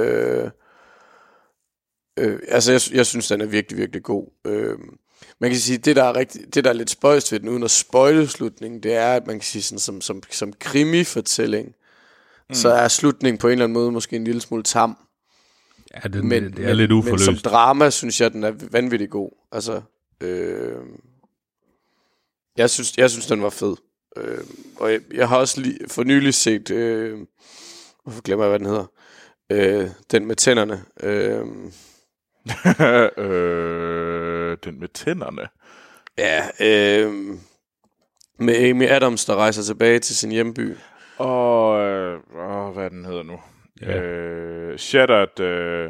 Jeg synes den er virkelig, virkelig god. Man kan sige, det der er lidt spøjst ved den, uden at spoile slutningen, det er, at man kan sige sådan, som krimi-fortælling, så er slutningen på en eller anden måde måske en lille smule tam. Ja, det er lidt uforløst. Men som drama, synes jeg, den er vanvittig god. Altså, jeg synes, den var fed. Og jeg har også for nylig set, hvorfor glemmer jeg, hvad den hedder? Den med tænderne. Den med tænderne? Ja, med Amy Adams, der rejser tilbage til sin hjemby. Hvad den hedder nu? Shattered.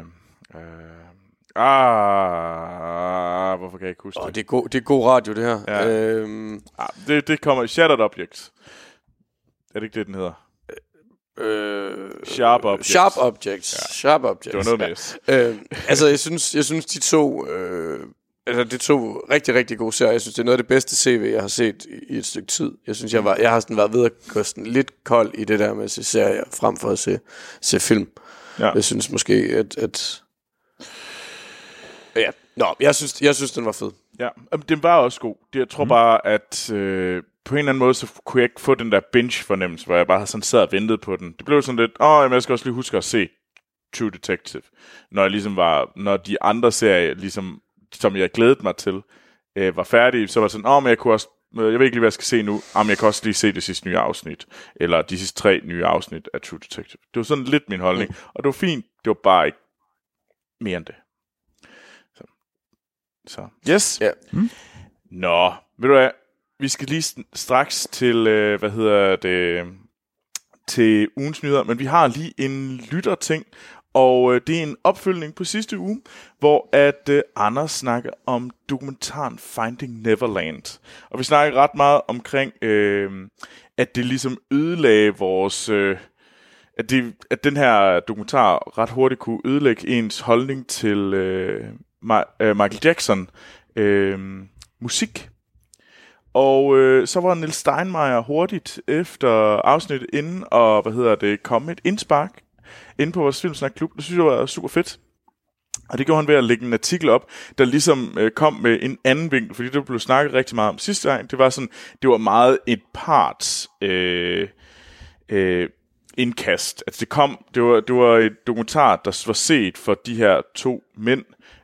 Hvorfor kan jeg ikke huske det? Det er god radio, det her. Ja. Det kommer. Shattered Objects. Er det ikke det, den hedder? Sharp Objects. Sharp Objects. Ja. Sharp Objects. Det var noget med. Jeg synes de to. Det er 2 rigtig, rigtig gode serier. Jeg synes, det er noget af det bedste CV, jeg har set i et stykke tid. Jeg synes, jeg har sådan været ved at gå sådan lidt kold i det der med at se serier, frem for at se film. Ja. Jeg synes måske, at ja. Jeg synes, den var fed. Ja, den var også god. Jeg tror bare, at på en eller anden måde, så kunne jeg ikke få den der binge-fornemmelse, hvor jeg bare sådan sad og ventede på den. Det blev sådan lidt, jeg skal også lige huske at se True Detective. Når de andre serier, ligesom, som jeg glædede mig til, var færdige, så var det sådan, men jeg kunne også, jeg ved ikke lige, hvad jeg skal se nu, men jeg kan også lige se det sidste nye afsnit, eller de sidste 3 nye afsnit af True Detective. Det var sådan lidt min holdning, og det var fint, det var bare ikke mere end det. Så. Yes. Yeah. Nå, ved du hvad, vi skal lige straks til, til ugens nyheder, men vi har lige en lytterting, og det er en opfølgning på sidste uge, hvor at Anders snakker om dokumentaren Finding Neverland. Og vi snakker ret meget omkring, at det ligesom ødelagde vores... at den her dokumentar ret hurtigt kunne ødelægge ens holdning til Michael Jackson musik. Og så var Niels Steinmeier hurtigt efter afsnittet inden og kom med et indspark inde på vores Filmsnak-klub. Det synes jeg var super fedt. Og det gjorde han ved at lægge en artikel op, der ligesom kom med en anden vinkel, fordi det blev snakket rigtig meget om sidste gang. Det var sådan, det var meget et parts indkast. Altså det var et dokumentar, der var set for de her 2 mænd,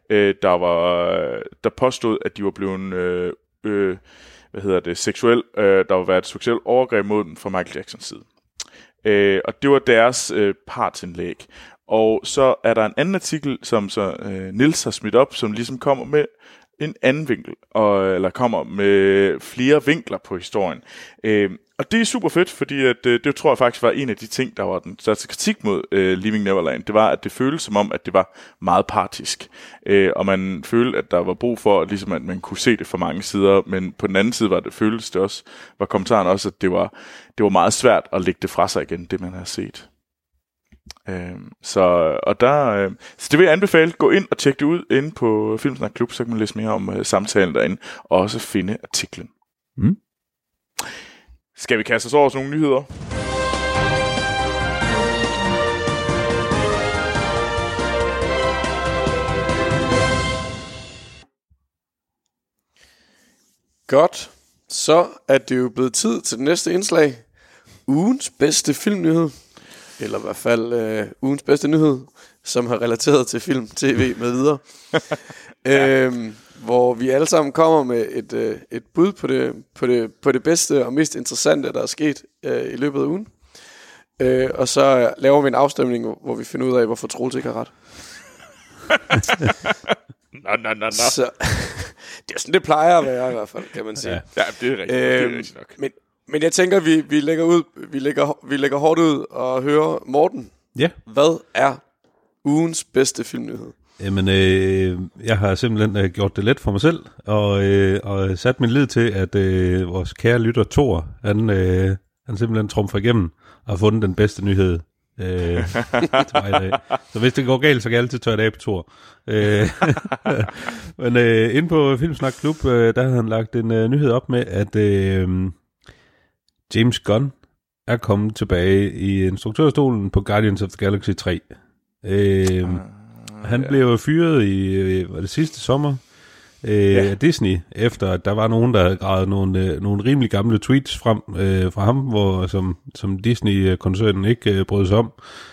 der påstod, at de var blevet seksuel, der var været et seksuelt overgreb mod dem fra Michael Jacksons side. Og det var deres partsindlæg. Og så er der en anden artikel, som så Niels har smidt op, som ligesom kommer med en anden vinkel, eller kommer med flere vinkler på historien. Og det er super fedt, fordi at, det tror jeg faktisk var en af de ting, der var den største kritik mod Leaving Neverland. Det var, at det føltes som om, at det var meget partisk. Og man følte, at der var brug for, ligesom at man kunne se det fra mange sider. Men på den anden side føltes det også, var kommentaren også, at det var meget svært at lægge det fra sig igen, det man har set. Så det vil jeg anbefale. Gå ind og tjek det ud inde på Filmsnak Klub, så kan man læse mere om samtalen derinde, og også finde artiklen. Skal vi kaste os over sådan nogle nyheder? Godt. Så er det jo blevet tid til det næste indslag. Ugens bedste filmnyhed. eller i hvert fald ugens bedste nyhed, som har relateret til film, tv med videre. Hvor vi alle sammen kommer med et bud på det bedste og mest interessante, der er sket i løbet af ugen. Og så laver vi en afstemning, hvor vi finder ud af, hvorfor Troels ikke har ret. Nå. Så, det er sådan, det plejer at være i hvert fald, kan man sige. Ja, det er rigtigt, det er rigtigt nok. Men jeg tænker, vi lægger hårdt ud og hører Morten. Ja. Hvad er ugens bedste filmnyhed? Jamen, jeg har simpelthen gjort det let for mig selv, og sat min lid til, at vores kære lytter Thor, han simpelthen trumfer igennem og har fundet den bedste nyhed til mig i dag. Så hvis det går galt, så kan jeg altid tørre det af på Thor. Men inde på Filmsnak Klub, der har han lagt en nyhed op med, at James Gunn er kommet tilbage i instruktørstolen på Guardians of the Galaxy 3. Han blev fyret i var det sidste sommer af Disney, efter at der var nogen, der havde gravet nogle rimelig gamle tweets frem fra ham, hvor som Disney-koncernen ikke brød sig om.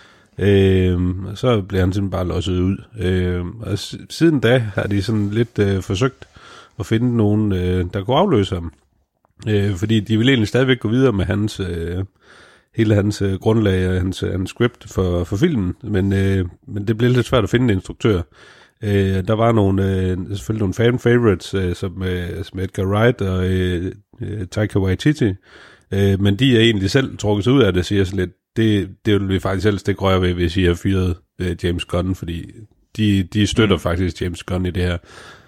Så blev han simpelthen bare losset ud. Og siden da har de sådan lidt forsøgt at finde nogen, der kunne afløse ham. Fordi de ville egentlig stadigvæk gå videre med hans hele hans grundlag og hans script for filmen, men det blev lidt svært at finde en instruktør. Der var selvfølgelig nogle fan favorites, som Edgar Wright og Taika Waititi, men de er egentlig selv trukket sig ud af det, siger så lidt, det vil vi faktisk helst ikke røre ved, hvis I har fyret James Gunn, fordi de støtter faktisk James Gunn i det her.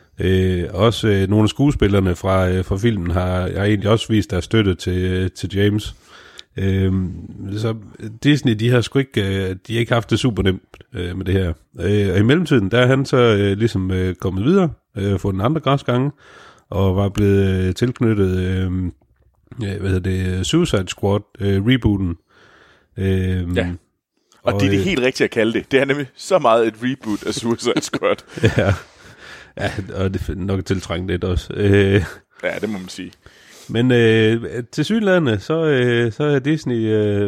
Også nogle af skuespillerne fra filmen har egentlig også vist deres støtte til James. Så Disney, de har ikke haft det super nemt med det her. Og i mellemtiden, der er han så ligesom kommet videre, fået den andre græsgange, og var blevet tilknyttet Suicide Squad rebooten. Ja. Og det er det helt rigtigt at kalde det. Det er nemlig så meget et reboot af Suicide Squad. Ja, og det er nok tiltrængt lidt også. Ja, det må man sige. Men til synlædende, så er Disney,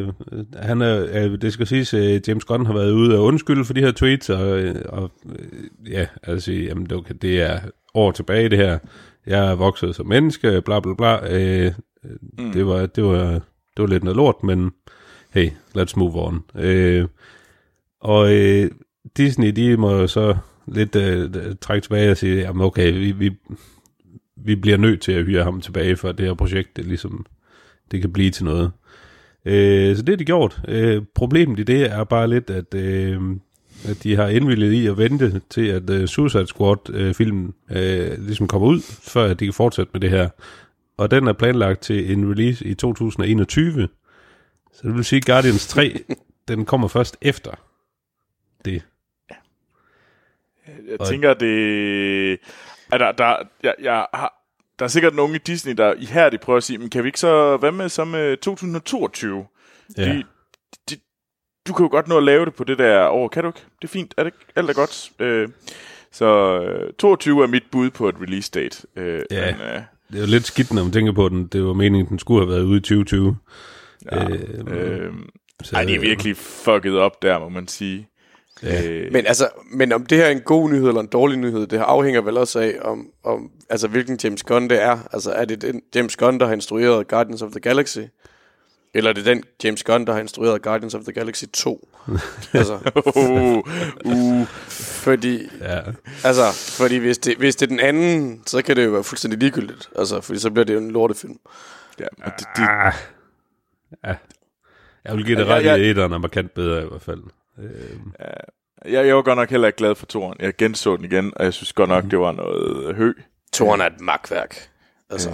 det skal siges, James Gunn har været ude og undskylde for de her tweets, og altså, jamen det er år tilbage det her. Jeg er vokset som menneske, bla bla bla. Det var lidt noget lort, men hey, let's move on. Og Disney, de må så lidt trække tilbage og sige, jamen okay, vi bliver nødt til at hyre ham tilbage, for det her projekt, det kan blive til noget. Så det har de gjort. Problemet i det er bare lidt, at de har indvilliget i at vente til, at Suicide Squad-filmen ligesom kommer ud, før at de kan fortsætte med det her. Og den er planlagt til en release i 2021. Så det vil sige, Guardians 3, den kommer først efter det. Jeg tænker, det... Der er sikkert nogen i Disney, der ihærdigt prøver at sige, men kan vi ikke så være med som 2022? Ja. Du kan jo godt nå at lave det på det der år, kan du ikke? Det er fint, er det ikke? Alt er godt. Så 22 er mit bud på et release date. Ja, men, det er jo lidt skidt, når man tænker på den. Det var meningen, den skulle have været ude i 2020. Ja, det er virkelig fucket op der, må man sige. Men om det her er en god nyhed eller en dårlig nyhed, det afhænger vel også af om altså hvilken James Gunn det er. Altså er det den James Gunn, der har instrueret Guardians of the Galaxy, eller er det den James Gunn, der har instrueret Guardians of the Galaxy 2? Altså fordi hvis det er den anden, så kan det jo være fuldstændig ligegyldigt. Altså fordi så bliver det jo en lortefilm. Ja, men jeg vil give det ret i etteren er markant bedre i hvert fald. Jeg var godt nok heller ikke glad for toren. Jeg genså den igen, og jeg synes godt nok, det var noget hø. Toren er et magtværk. Altså.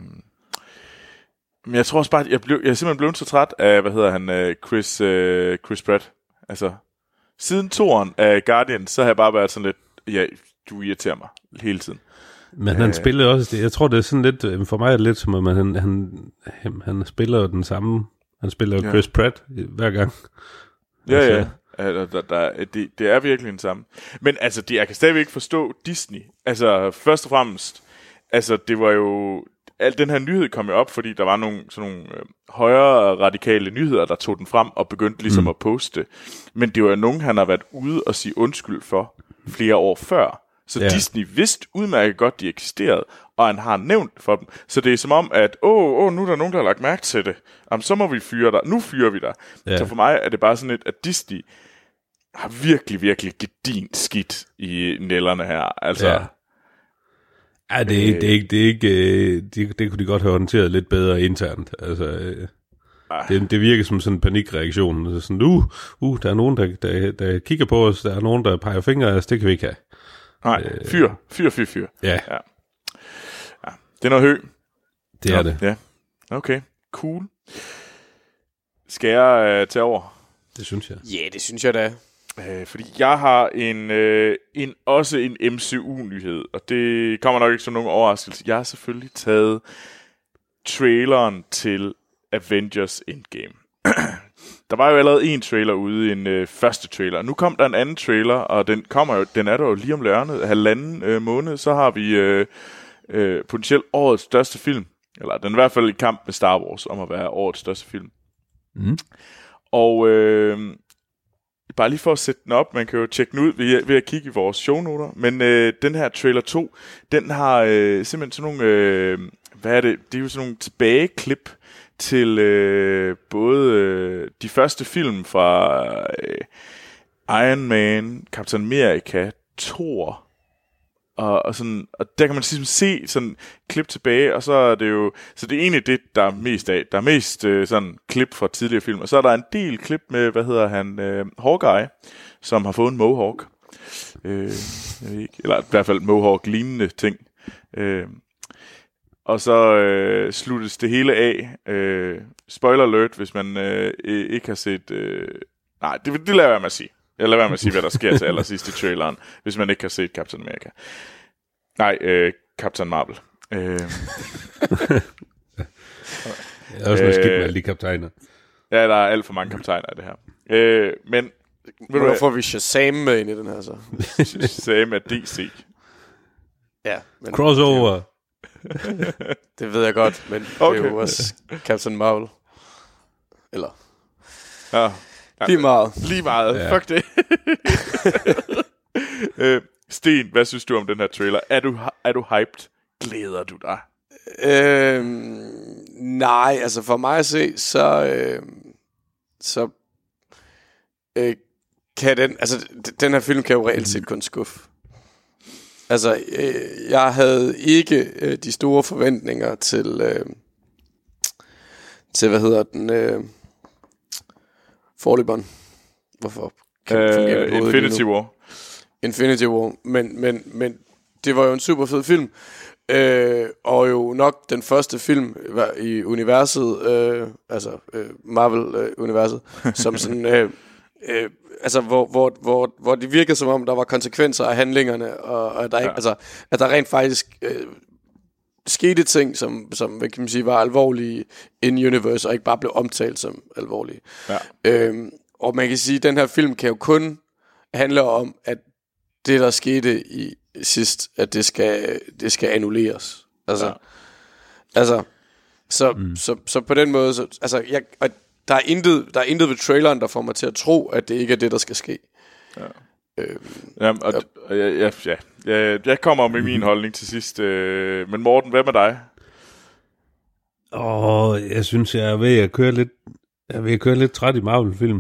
Men jeg tror også bare, jeg er simpelthen blevet så træt af, Chris Pratt. Altså, siden toren af Guardians, så har jeg bare været sådan lidt, ja, du irriterer mig hele tiden. Men han spiller også det. Jeg tror, det er sådan lidt, for mig er det lidt som om, han spiller den samme. Han spiller Chris Pratt hver gang. Ja. Det er virkelig den samme. Men altså, jeg kan stadigvæk ikke forstå Disney. Altså, først og fremmest, altså, det var jo... al den her nyhed kom jo op, fordi der var sådan nogle højere radikale nyheder, der tog den frem og begyndte ligesom at poste. Men det var jo nogen, han har været ude og sige undskyld for flere år før. Så Disney vidste udmærket godt, de eksisterede, og han har nævnt for dem. Så det er som om, at nu er der nogen, der har lagt mærke til det. Jamen, så må vi fyre dig. Nu fyrer vi dig. Ja. Så for mig er det bare sådan lidt, at Disney har virkelig, virkelig gedint skidt i nælderne her. Altså... Ja, det kunne de godt have håndteret lidt bedre internt. Altså, det virker som sådan en panikreaktion. Altså sådan, der er nogen, der kigger på os, der er nogen, der peger fingre af os, det kan vi ikke have. Nej, fyr. Ja. Det er noget hø. Det er det. Ja. Okay, cool. Skal jeg tage over? Det synes jeg. Ja, det synes jeg da. Fordi jeg har også en MCU-nyhed, og det kommer nok ikke som nogen overraskelse. Jeg har selvfølgelig taget traileren til Avengers Endgame. Der var jo allerede en trailer ude, en første trailer. Nu kom der en anden trailer, og den er der jo lige om lørnet, halvanden måned, så har vi potentielt årets største film. Eller den er i hvert fald i kamp med Star Wars om at være årets største film. Og bare lige for at sætte den op, man kan jo tjekke den ud ved at kigge i vores shownoter, men den her trailer 2, den har simpelthen sådan nogle, hvad er det? Det er jo sådan nogle tilbageklip til både de første film fra Iron Man, Captain America, Thor, og sådan, og der kan man ligesom se sådan klip tilbage, og så er det jo, så det er egentlig det, der er mest af. Der er mest sådan klip fra tidligere film, og så er der en del klip med, hvad hedder han, Hawkeye, som har fået en mohawk. Jeg ved ikke, eller i hvert fald mohawk-lignende ting. Og så sluttes det hele af. Spoiler alert, hvis man ikke har set... nej, det lader jeg med at sige. Jeg lader være med at sige, hvad der sker til allersidst i traileren, hvis man ikke har set Captain America. Nej, Captain Marvel. Jeg er også noget skidt med alle de kaptajner. Ja, der er alt for mange kaptajner i det her. Men... Hvorfor får vi Shazam med ind i den her så? Shazam er DC. Ja. Men crossover. Det ved jeg godt, men okay. Det er jo også Captain Marvel. Eller... Ja. Lige meget. Ja. Fuck det. Sten, hvad synes du om den her trailer? Er du hyped? Glæder du dig? Nej, altså for mig at se, så kan den her film kan jo reelt set kun skuffe. Altså, jeg havde ikke de store forventninger til hvad hedder den... forløberen. Hvorfor? Infinity War. Infinity War. Men det var jo en super fed film. Og jo nok den første film i universet, Marvel-universet, som sådan... altså, hvor det virkede som om, der var konsekvenser af handlingerne, og at der ikke, at der rent faktisk... skete ting, som hvad kan man sige, var alvorlige in-universe, og ikke bare blev omtalt som alvorlige. Ja. Og man kan sige, at den her film kan jo kun handle om, at det, der skete i sidst, at det skal annulleres. Så på den måde, der er intet ved traileren, der får mig til at tro, at det ikke er det, der skal ske. Ja. Jeg kommer med min holdning til sidst. Men Morten, hvad med dig? Jeg synes, jeg er ved at køre lidt træt i Marvel-film.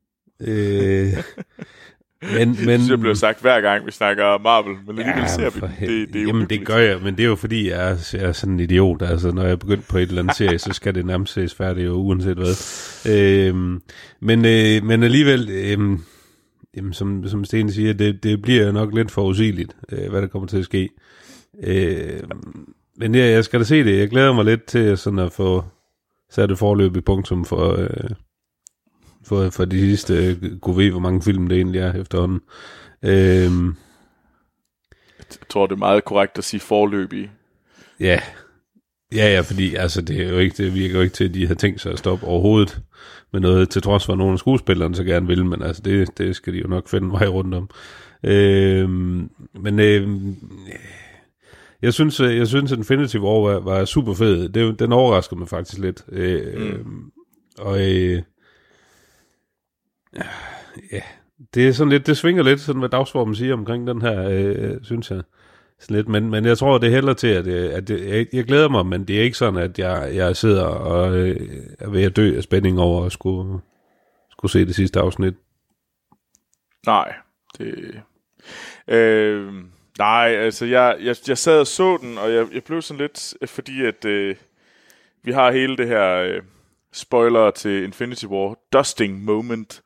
Men det bliver sagt hver gang vi snakker Marvel, men alligevel ser vi det. Jamen det gør jeg, men det er jo fordi jeg er sådan en idiot. Altså når jeg er begyndt på et eller andet serie, så skal det nærmest ses færdigt, uanset hvad. Men alligevel, jamen, som Sten siger, det bliver nok lidt forudsigeligt, hvad der kommer til at ske. Men jeg skal da se det. Jeg glæder mig lidt til sådan at få sat et forløb i punktum for de sidste, kunne ved, hvor mange film det egentlig er efterhånden. Jeg tror, det er meget korrekt at sige forløb i. Ja, fordi altså, det virker jo ikke til, at de har tænkt sig at stoppe overhovedet med noget, til trods for, at nogle af skuespillerne så gerne vil, men altså, det skal de jo nok finde vej rundt om. Jeg synes at Infinity War var super fed. Den overraskede mig faktisk lidt. Ja, det er sådan lidt, det svinger lidt, sådan hvad dagsformen siger omkring den her, synes jeg. Sådan lidt, men jeg tror, det hælder til, at jeg glæder mig, men det er ikke sådan, at jeg sidder og er ved at dø af spænding over at skulle se det sidste afsnit. Nej, nej, altså jeg sad og så den, og jeg blev sådan lidt, fordi at vi har hele det her spoiler til Infinity War dusting moment,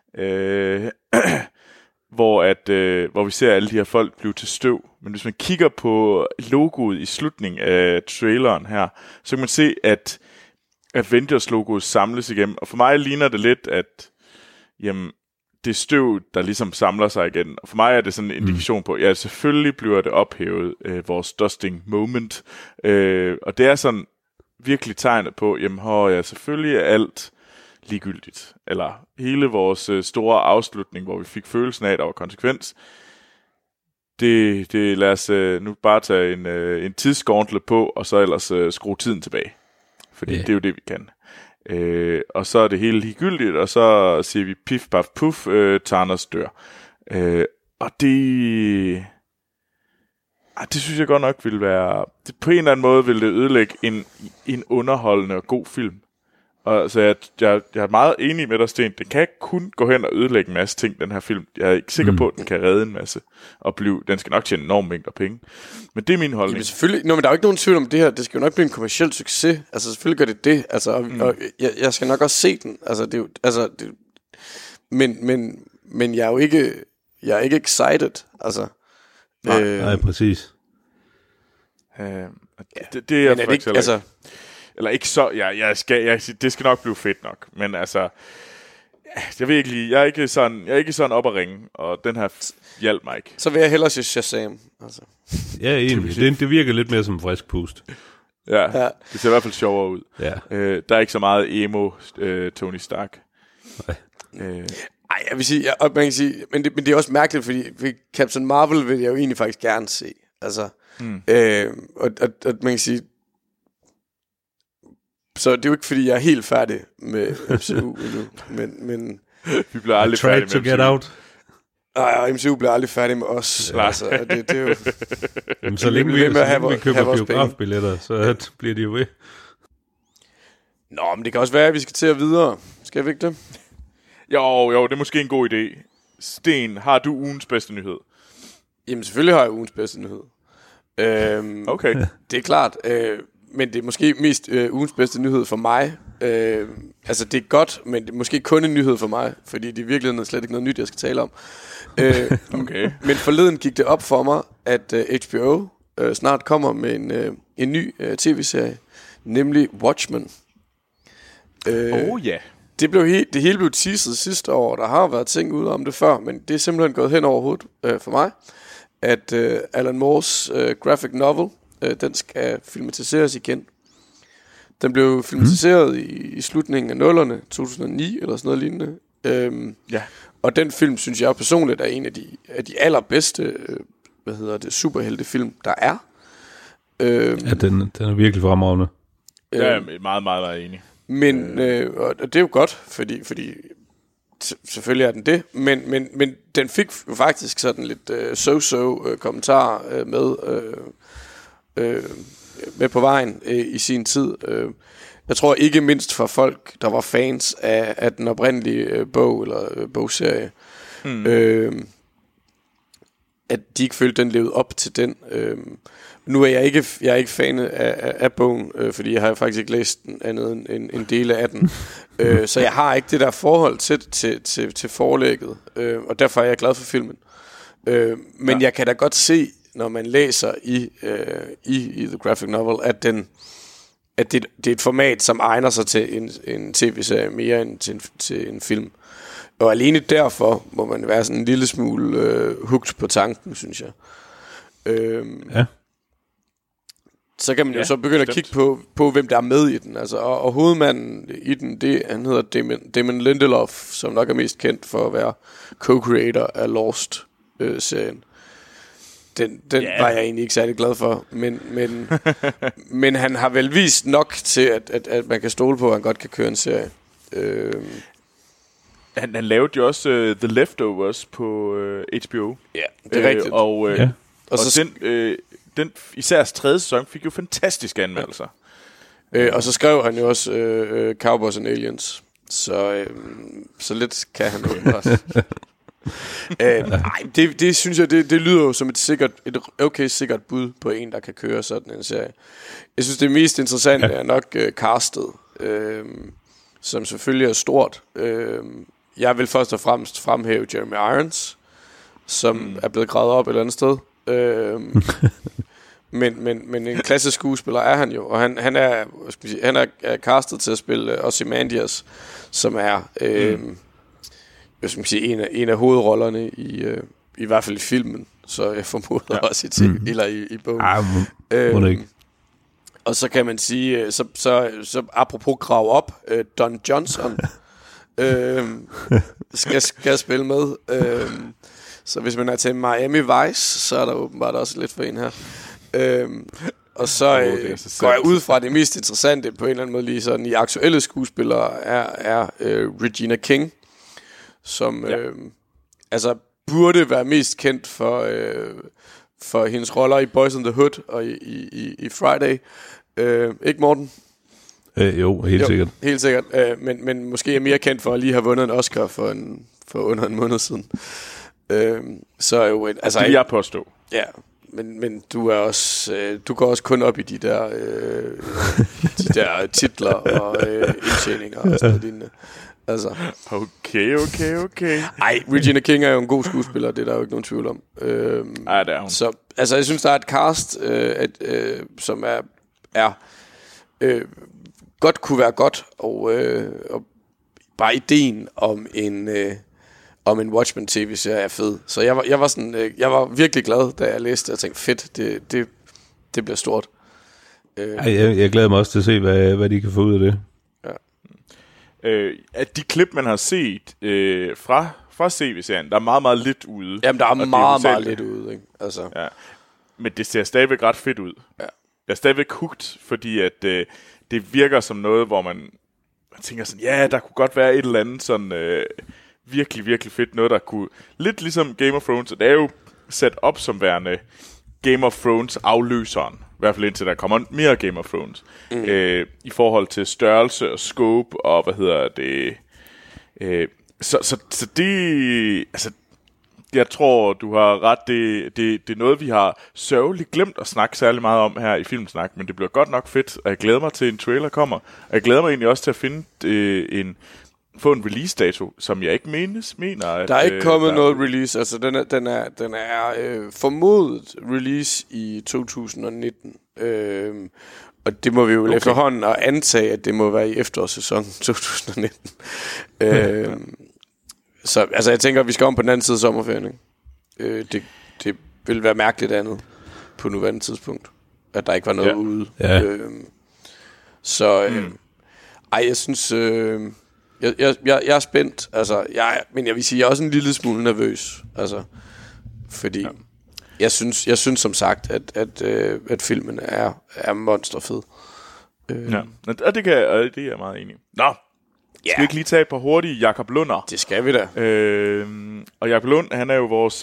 hvor vi ser alle de her folk blive til støv. Men hvis man kigger på logoet i slutningen af traileren her, så kan man se, at Avengers-logoet samles igen. Og for mig ligner det lidt, at jamen, det er støv, der ligesom samler sig igen. Og for mig er det sådan en indikation på, ja, selvfølgelig bliver det ophævet, vores dusting moment. Og det er sådan virkelig tegnet på, jamen, ja, selvfølgelig er alt ligegyldigt. Eller hele vores store afslutning, hvor vi fik følelsen af, at der var konsekvens. Det lad os nu bare tage en tidsgauntlet på, og så ellers skrue tiden tilbage. Fordi det er jo det, vi kan. Og så er det hele ligegyldigt, og så siger vi pif, paf, puff, Thanos dør. Og det synes jeg godt nok ville være... På en eller anden måde ville det ødelægge en underholdende og god film. Og så jeg er meget enig med dig, Sten. Den kan kun gå hen og ødelægge en masse ting, den her film. Jeg er ikke sikker på, at den kan redde en masse. Og den skal nok tjene enormt mængder penge. Men det er min holdning. Jamen selvfølgelig. Men der er jo ikke nogen tvivl om det her. Det skal jo nok blive en kommerciel succes. Altså selvfølgelig gør det. Altså, og jeg skal nok også se den. Altså, men jeg er jo ikke... Jeg er ikke excited. Altså... Nej, præcis. Det er jeg faktisk heller ikke. Eller ikke så, det skal nok blive fedt nok, men altså, jeg ved ikke lige, jeg er ikke sådan op at ringe, og den her hjalp mig ikke. Så vil jeg hellere sige Shazam, altså. Ja, egentlig, det virker lidt mere som en frisk pust. Ja, det ser i hvert fald sjovere ud. Ja. Der er ikke så meget emo Tony Stark. Nej, jeg vil sige, man kan sige, men det er også mærkeligt, fordi Captain Marvel vil jeg jo egentlig faktisk gerne se, altså, og man kan sige, så det er jo ikke fordi jeg er helt færdig med MCU endnu, men vi bliver aldrig færdige med MCU. Get out. Nej, MCU bliver aldrig færdig med os. Altså, det er jo. Jamen, så længe vi køber biografbilletter, så bliver de jo ved. Nå, men det kan også være, at vi skal til at videre. Skal vi ikke det? Jo, det er måske en god idé. Sten, har du ugens bedste nyhed? Jamen, selvfølgelig har jeg ugens bedste nyhed. Okay. Det er klart. Men det er måske mest ugens bedste nyhed for mig. Altså det er godt, men det er måske kun en nyhed for mig, fordi det i virkeligheden er slet ikke noget nyt, jeg skal tale om. Okay. Men forleden gik det op for mig, at HBO snart kommer med en ny tv-serie, nemlig Watchmen. Ja. Det hele blev teaset sidste år. Der har været ting ude om det før, men det er simpelthen gået hen over hovedet for mig, at Alan Moores graphic novel, den skal filmatiseres igen. Den blev filmatiseret i slutningen af nullerne, 2009 eller sådan noget lignende. Ja. Og den film synes jeg personligt er en af de allerbedste superheltefilm der er. Ja, den er virkelig fremragende. Jeg er meget, meget enig. Men og det er jo godt, fordi selvfølgelig er den det, men den fik jo faktisk sådan lidt kommentarer med på vejen i sin tid. Jeg tror ikke mindst for folk, der var fans af den oprindelige bog eller bogserie, at de ikke følte, den levede op til den. Nu er jeg er ikke fan af bogen, fordi jeg har faktisk ikke læst den andet end en del af den. Så jeg har ikke det der forhold til forlægget, og derfor er jeg glad for filmen. Men jeg kan da godt se, når man læser i The Graphic Novel, at det er et format, som egner sig til en tv-serie mere end til en film. Og alene derfor må man være sådan en lille smule hooked på tanken, synes jeg. Ja. Så kan man jo så begynde at kigge på hvem der er med i den. Altså, og hovedmanden i den, han hedder Damon Lindelof, som nok er mest kendt for at være co-creator af Lost-serien. den var jeg egentlig ikke særlig glad for. Men han har vel vist nok til, at man kan stole på, at han godt kan køre en serie. Han lavede jo også The Leftovers på HBO. Ja, det er rigtigt. Og så den især tredje sæson fik jo fantastiske anmeldelser. Og så skrev han jo også Cowboys and Aliens. Så lidt kan han jo også. Nej, det synes jeg, det lyder jo som et okay sikkert bud på en, der kan køre sådan en serie. Jeg synes, det mest interessante er nok castet, som selvfølgelig er stort. Jeg vil først og fremmest fremhæve Jeremy Irons, som er blevet gravet op et eller andet sted. Men en klassisk skuespiller er han jo, og han er castet til at spille Ozymandias, som er en af hovedrollerne i hvert fald i filmen, så jeg formoder også i TV, eller i bogen. Og så kan man sige, så apropos grav op, Don Johnson skal spille med. Så hvis man er til Miami Vice, så er der åbenbart også lidt for en her. Og så går jeg ud fra det mest interessante på en eller anden måde lige sådan i aktuelle skuespillere er Regina King, som altså burde være mest kendt for hendes roller i Boys in the Hood og i Friday. Ikke Morten? Jo, helt sikkert. Helt sikkert, men måske er mere kendt for at lige have vundet en Oscar for under en måned siden. Så jo altså det vil jeg påstå. Ja, men du er også du går også kun op i de der titler og indtjeninger og sådan noget lignende. Altså. Okay. Ej, Regina King er jo en god skuespiller, det er der jo ikke nogen tvivl om. Ej, det er hun. Så altså jeg synes der er et cast som er godt kunne være godt og bare ideen om en Watchmen TV-serie er fed. Så jeg var virkelig glad, da jeg læste det, og tænkte, fedt, det bliver stort. Jeg glæder mig også til at se, hvad de kan få ud af det. Ja. At de klip, man har set fra CV-serien, der er meget, meget lidt ude. Jamen, der er meget lidt ude, ikke? Altså. Ja. Men det ser stadigvæk ret fedt ud. Ja. Jeg er stadigvæk hooked, fordi at det virker som noget, hvor man tænker sådan, ja, der kunne godt være et eller andet sådan virkelig, virkelig fedt noget, der kunne, lidt ligesom Game of Thrones, det er jo sat op som værende Game of Thrones afløseren, i hvert fald indtil der kommer mere Game of Thrones, i forhold til størrelse og scope, og så det, altså, jeg tror, du har ret, det er noget, vi har sørgeligt glemt at snakke særlig meget om her i Filmsnak, men det bliver godt nok fedt, og jeg glæder mig til, en trailer kommer, og jeg glæder mig egentlig også til at finde få en release-dato, som jeg ikke mener. At, der er ikke kommet noget release, altså den er formodet release i 2019, og det må vi jo efterhånden og antage, at det må være i efterårssæsonen 2019. Så altså jeg tænker, at vi skal om på den anden side af sommerferien. Det vil være mærkeligt andet på nuværende tidspunkt, at der ikke var noget ude. Ja. Jeg synes... Jeg er spændt, altså, men jeg vil sige, jeg er også en lille smule nervøs, altså, fordi jeg synes som sagt, at filmen er monsterfed. Ja, og det er jeg meget enig i. Nå, skal vi ikke lige tage et par hurtige Jakob Lunder? Det skal vi da. Og Jakob Lund, han er jo vores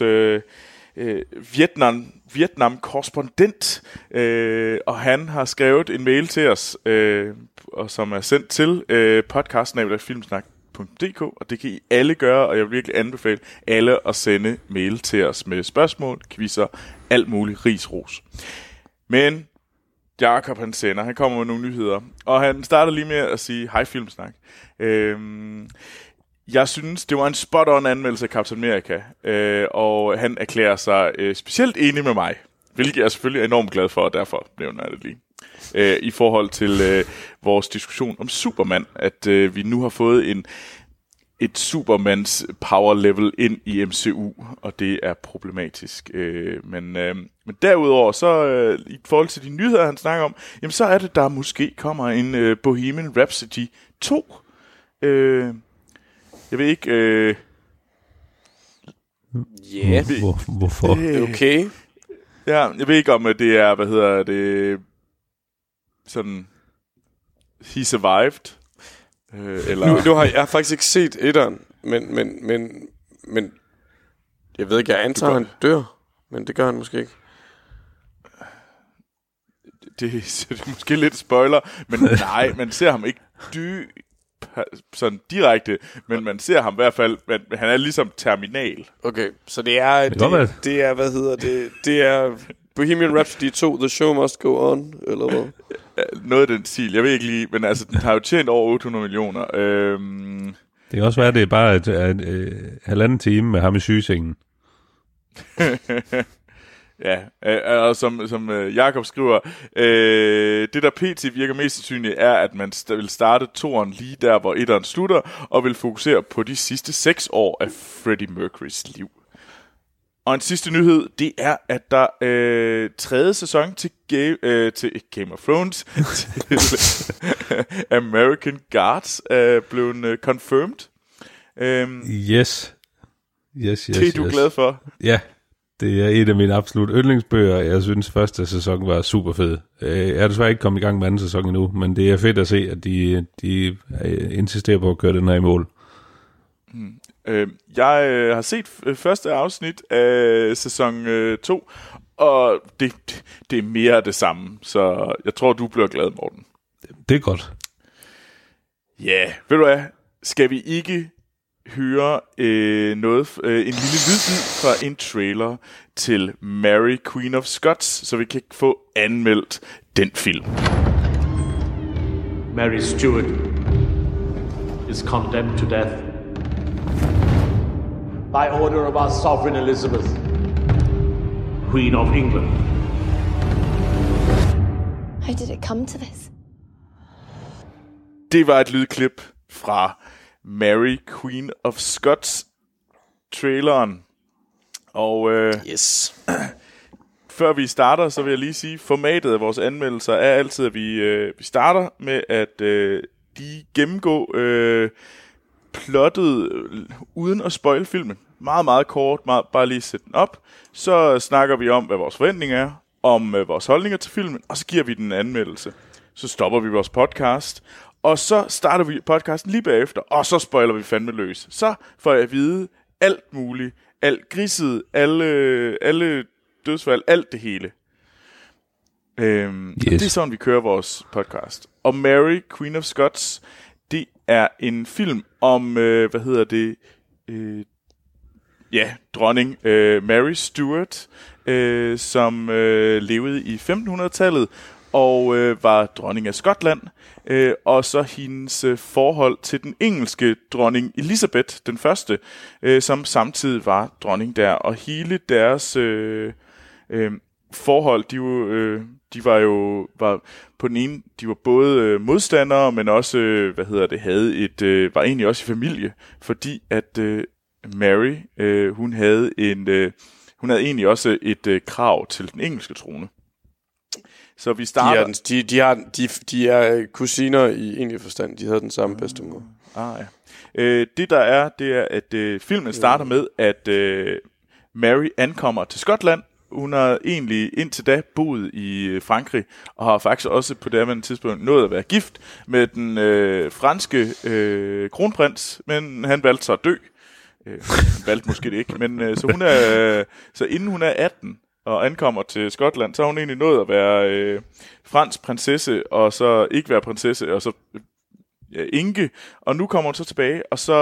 Vietnam-korrespondent, og han har skrevet en mail til os, og som er sendt til podcast@filmsnak.dk, og det kan I alle gøre, og jeg vil virkelig anbefale alle at sende mail til os med spørgsmål, quizzer, alt muligt ris-ros. Men Jakob han kommer med nogle nyheder, og han starter lige med at sige, hej Filmsnak. Jeg synes, det var en spot-on anmeldelse af Captain America, og han erklærer sig specielt enig med mig, hvilket jeg er selvfølgelig enormt glad for, og derfor nævner jeg det lige. I forhold til vores diskussion om Superman, at vi nu har fået et Supermans power level ind i MCU, og det er problematisk. Men derudover, så i forhold til de nyheder, han snakker om, jamen så er det, der måske kommer en Bohemian Rhapsody 2. Jeg ved ikke... Ja. Hvorfor? Okay. Ja, jeg ved ikke om det er, hvad hedder det, sådan, he survived. Eller... Nu har jeg faktisk ikke set etteren, men jeg ved ikke, jeg antager, han dør, men det gør han måske ikke. Det er måske lidt spoiler, men nej, man ser ham ikke sådan direkte, men man ser ham i hvert fald, men han er ligesom terminal. Okay, så det er hvad hedder det? Det er Bohemian Rhapsody 2, The Show Must Go On, eller hvad? Noget af den stil, jeg ved ikke lige, men altså, den har jo tjent over 800 millioner. Det kan også være, at det er bare et halvanden time med ham i sygesengen. Ja, og som Jakob skriver, det der pt. Virker mest sandsynligt er, at man vil starte toren lige der, hvor etteren slutter, og vil fokusere på de sidste 6 år af Freddie Mercurys liv. Og en sidste nyhed, det er, at der 3. sæson til Game of Thrones, til American Gods, er blevet confirmed. Yes. Det er du glad for? Ja, det er et af mine absolut yndlingsbøger. Jeg synes, første sæson var super fed. Jeg er desværre ikke kommet i gang med anden sæson endnu, men det er fedt at se, at de insisterer på at køre den her i mål. Jeg har set første afsnit af sæson 2, og det er mere af det samme, så jeg tror, du bliver glad, Morten. Det er godt. Ja, ved du hvad? Skal vi ikke høre en lille lyd fra en trailer til Mary, Queen of Scots, så vi kan få anmeldt den film. Mary Stuart is condemned to death by order of our sovereign Elizabeth, Queen of England. How did it come to this? Det var et lydklip fra Mary, Queen of Scots traileren. Og yes. Før vi starter, så vil jeg lige sige, formatet af vores anmeldelser er altid, at vi starter med at lige gennemgå plottet uden at spoil filmen. Meget, meget kort, bare lige sætte den op. Så snakker vi om, hvad vores forventninger er, om vores holdninger til filmen, og så giver vi den en anmeldelse. Så stopper vi vores podcast, og så starter vi podcasten lige bagefter, og så spoiler vi fandme løs. Så får jeg at vide alt muligt, alt griset, alle dødsfald, alt det hele. Yes. Det er sådan, vi kører vores podcast. Og Mary, Queen of Scots, det er en film om, dronning Mary Stuart, som levede i 1500-tallet, og var dronning af Skotland, og så hendes forhold til den engelske dronning Elizabeth den første, som samtidig var dronning der, og hele deres forhold, de var på den ene, de var både modstandere, men også var egentlig også i familie, fordi at Mary, hun havde egentlig også et krav til den engelske trone. Så vi starter... De er kusiner i egentlig forstand. De havde den samme bedstemor. Ja. Det er, at filmen starter med, at Mary ankommer til Skotland. Hun har egentlig indtil da boet i Frankrig, og har faktisk også på det andet tidspunkt nået at være gift med den franske kronprins, men han valgte så at dø. Han valgte måske det ikke, men så inden hun er 18 og ankommer til Skotland, så har hun egentlig nået at være fransk prinsesse, og så ikke være prinsesse, og så enke, og nu kommer hun så tilbage, og så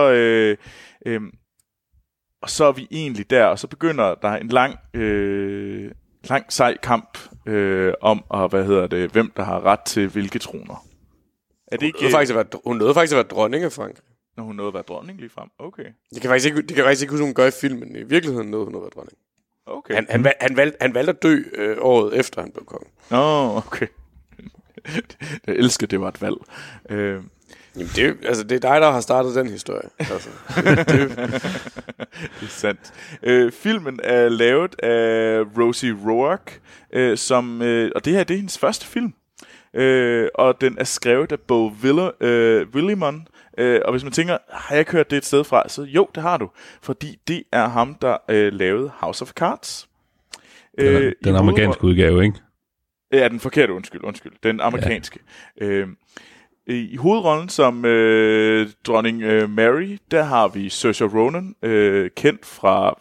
er vi egentlig der, og så begynder der en lang sej kamp om, hvem der har ret til hvilke troner. Er det hun nåede faktisk at være dronning af Frankrig. Når hun nåede at være dronning lige frem, okay. Det kan faktisk ikke huske, hun gør i filmen. I virkeligheden nåede hun at være dronning. Okay. Han valgte at dø året efter, han blev konge. Okay. Jeg elsker, det var et valg. Jamen det er dig, der har startet den historie. Altså, det er sandt. Filmen er lavet af Rosie Roark, og det her, det er hendes første film. Og den er skrevet af Bo Willimon. Og hvis man tænker, har jeg ikke hørt det et sted fra? Så jo, det har du. Fordi det er ham, der lavede House of Cards. Den amerikanske udgave, ikke? Ja, den forkerte, undskyld. Den amerikanske. Ja. I hovedrollen som dronning Mary, der har vi Saoirse Ronan, kendt fra,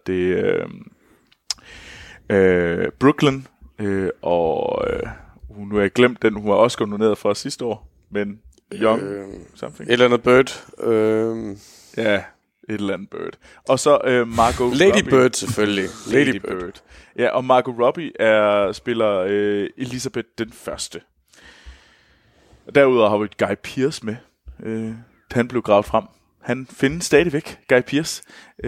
Brooklyn, og nu har jeg glemt den, hun var også nomineret for sidste år, men Young something. Et eller andet Bird. Ja, et eller andet Bird. Og så Margot Lady Robbie. Bird selvfølgelig. Lady Bird. Ja, og Margot Robbie spiller Elizabeth den første. Og derudover har vi Guy Pearce med. Han blev gravet frem. Han findes stadigvæk, Guy Pearce.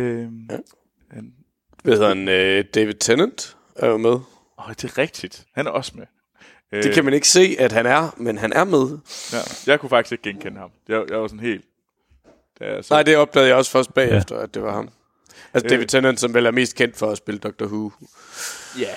Hvad hedder han? David Tennant er jo med. Det er rigtigt. Han er også med. Det kan man ikke se, at han er, men han er med. Ja, jeg kunne faktisk ikke genkende ham. Jeg var sådan helt... Nej, det opdagede jeg også først bagefter, at det var ham. Altså David Tennant, som vel er mest kendt for at spille Doctor Who. Ja.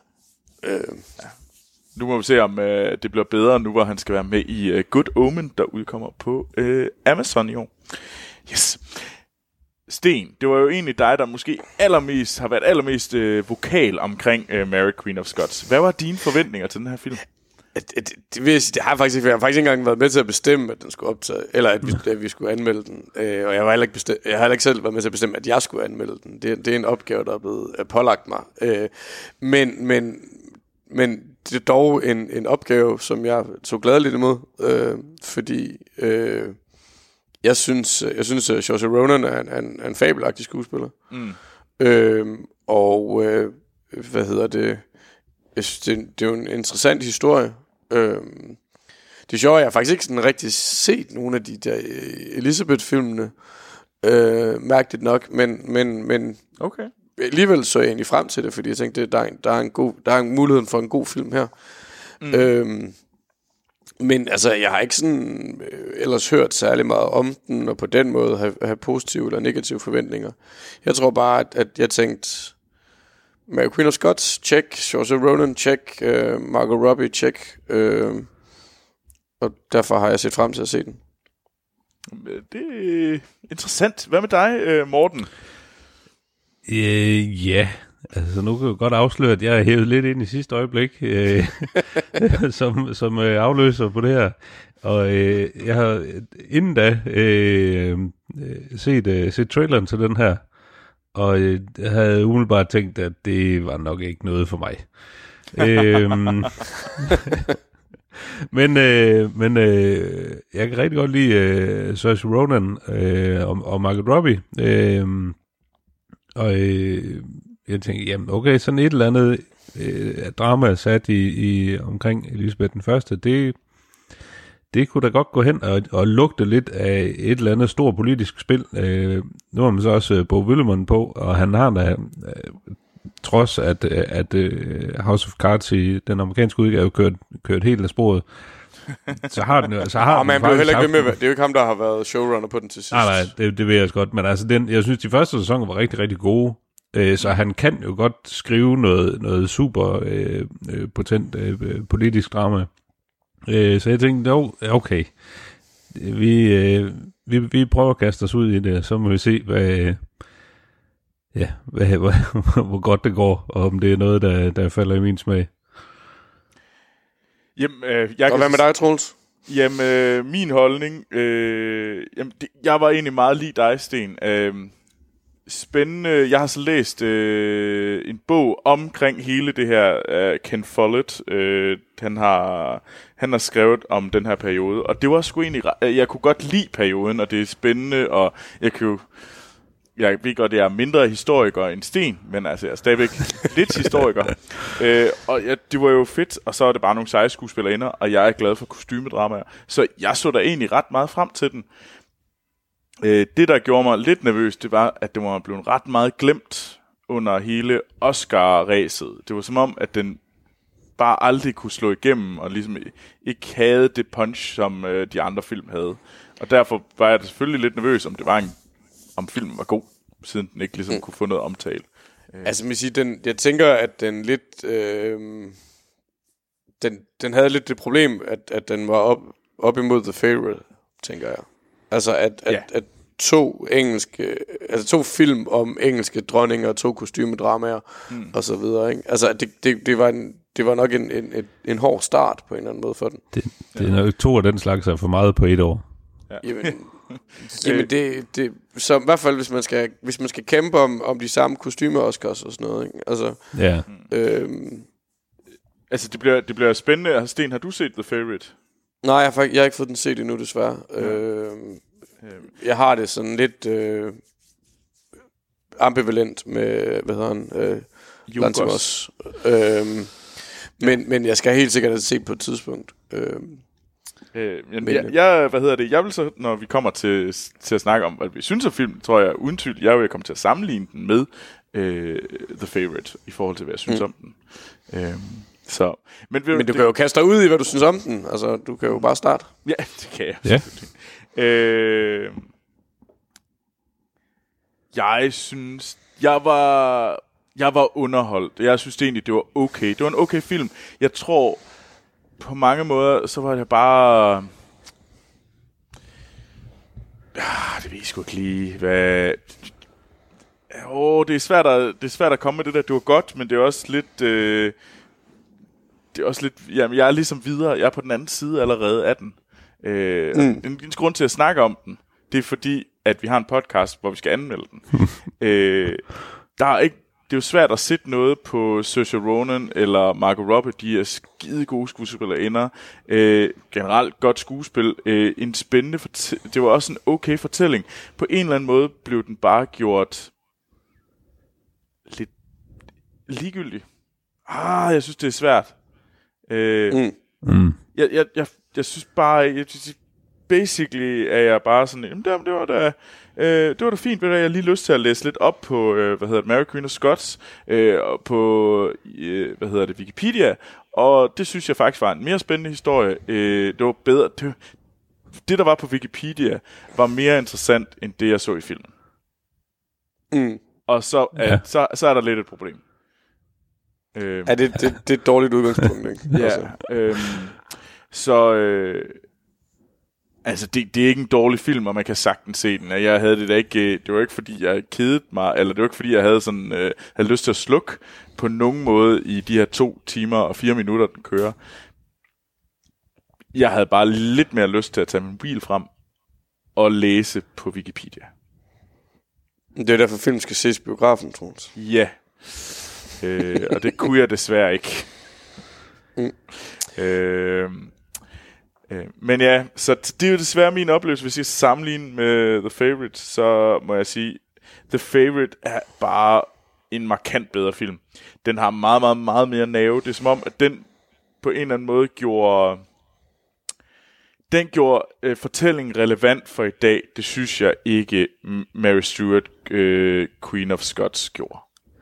Nu må vi se, om det bliver bedre nu, hvor han skal være med i Good Omen, der udkommer på Amazon i år. Yes. Sten, det var jo egentlig dig, der måske har været allermest vokal omkring Mary Queen of Scots. Hvad var dine forventninger til den her film? Det vil jeg sige, jeg har faktisk ikke engang været med til at bestemme, at den skulle optage, eller at vi skulle anmelde den. Og jeg har heller ikke selv været med til at bestemme, at jeg skulle anmelde den. Det er en opgave, der er blevet pålagt mig. Men det er dog en opgave, som jeg tog gladeligt imod, fordi jeg synes at Saoirse Ronan er en fabelagtig skuespiller. Jeg synes, det er jo en interessant historie. Det er sjovt, jeg har faktisk ikke sådan rigtig set nogle af de der Elizabeth-filmene, mærkeligt nok, men okay. Alligevel så jeg egentlig frem til det, fordi jeg tænkte, der er en mulighed for en god film her. Men altså, jeg har ikke sådan ellers hørt særlig meget om den, og på den måde have positive eller negative forventninger. Jeg tror bare, at jeg tænkte, Mary Queen of Scots, check. Saoirse Ronan, check. Margot Robbie, check. Og derfor har jeg set frem til at se den. Det er interessant. Hvad med dig, Morten? Ja, altså nu kan jeg godt afsløre, at jeg er hævet lidt ind i sidste øjeblik, som afløser på det her. Og jeg har inden da set traileren til den her, og jeg havde umiddelbart tænkt, at det var nok ikke noget for mig. Men jeg kan rigtig godt lide Saoirse Ronan og Margot Robbie. Og jeg tænkte, jamen okay, sådan et eller andet drama sat i omkring Elizabeth den første, det kunne da godt gå hen og lugte lidt af et eller andet stort politisk spil. Nu har man så også Bo Willimon på, og han har da, trods at House of Cards i den amerikanske udgave kørt helt af sporet, så har den jo... man blev heller ikke ved med, det er jo ikke ham, der har været showrunner på den til sidst. Nej, det ved jeg også godt, men altså jeg synes, de første sæsoner var rigtig, rigtig gode, så han kan jo godt skrive noget super potent politisk drama. Så jeg tænkte, okay, vi prøver at kaste os ud i det, så må vi se, hvor godt det går, og om det er noget, der falder i min smag. Jamen, hvad med dig, Troels? Jamen, min holdning... jeg var egentlig meget lige dig, Sten. Spændende. Jeg har så læst en bog omkring hele det her Ken Follett. Han har skrevet om den her periode, og det var sgu egentlig... Jeg kunne godt lide perioden, og det er spændende, og jeg ved godt, at jeg er mindre historiker end Sten, men altså, jeg er stadigvæk lidt historiker. Det var jo fedt, og så er det bare nogle seje skuespillerinder, og jeg er glad for kostymedramaer. Så jeg så da egentlig ret meget frem til den. Det, der gjorde mig lidt nervøs, det var, at det var blevet ret meget glemt under hele Oscar-ræset. Det var som om, at den bare aldrig kunne slå igennem, og ligesom ikke havde det punch, som de andre film havde. Og derfor var jeg selvfølgelig lidt nervøs, om filmen var god, siden den ikke ligesom kunne få noget omtale. Altså, jeg tænker, at den lidt... den havde lidt det problem, at den var op imod The Favourite, tænker jeg. Altså, at to film om engelske dronninger, 2 kostymedramaer og så videre, ikke? Altså det var nok en hård start på en eller anden måde for den. Det er nok 2 af den slags er for meget på 1 år. Ja. Jamen det så i hvert fald hvis man skal kæmpe om de samme kostymer Oscars og sådan noget, ikke? Altså ja. Altså det bliver spændende. Sten, har du set The Favourite? Nej, jeg har ikke fået den set endnu desværre. Jeg har det sådan lidt ambivalent med hvad hedder han, Lantimos. Men jeg skal helt sikkert have set på et tidspunkt. Jeg vil så, når vi kommer til at snakke om, hvad vi synes af film, tror jeg uden tvivl, jeg vil komme til at sammenligne den med The Favourite i forhold til, hvad jeg synes om den. Men du kan jo kaste dig ud i, hvad du synes om den. Altså, du kan jo bare starte. Ja, det kan jeg. Ja. Jeg synes, jeg var underholdt. Jeg synes egentlig, det var okay. Det var en okay film. Jeg tror, på mange måder, så var det bare... det ved jeg sgu ikke lige, hvad... det er svært at komme med det der. Det var godt, men det er også lidt... Jamen, jeg er ligesom videre. Jeg er på den anden side allerede af den. En grund til at snakke om den, det er fordi, at vi har en podcast, hvor vi skal anmelde den. Der er ikke... Det er jo svært at sætte noget på Saoirse Ronan eller Margot Robbie. De er skide gode skuespillerinder. Generelt godt skuespil. En spændende det var også en okay fortælling. På en eller anden måde blev den bare gjort lidt ligegyldig. Jeg synes, det er svært. Jeg synes bare... Basically er jeg bare sådan, jamen det var da fint, jeg lige lyst til at læse lidt op på, Mary Queen of Scots, på, Wikipedia, og det synes jeg faktisk var en mere spændende historie. Det var bedre, det der var på Wikipedia, var mere interessant, end det jeg så i filmen. Og så er der lidt et problem. Det er et dårligt udgangspunkt, ikke? Altså, det er ikke en dårlig film, og man kan sagtens se den. Jeg havde det da ikke... Det var ikke, fordi jeg kedede mig, eller det var ikke, fordi jeg havde havde lyst til at slukke på nogen måde i de her 2 timer og 4 minutter, den kører. Jeg havde bare lidt mere lyst til at tage min mobil frem og læse på Wikipedia. Det er derfor, film skal ses i biografen, Troels. Ja. Og det kunne jeg desværre ikke. Men ja, så det er jo desværre min oplevelse. Hvis jeg sammenligner med The Favourite, så må jeg sige, The Favourite er bare en markant bedre film. Den har meget, meget, meget mere nerve. Det er som om, at den på en eller anden måde gjorde fortællingen relevant for i dag. Det synes jeg ikke Mary Stuart, Queen of Scots, gjorde.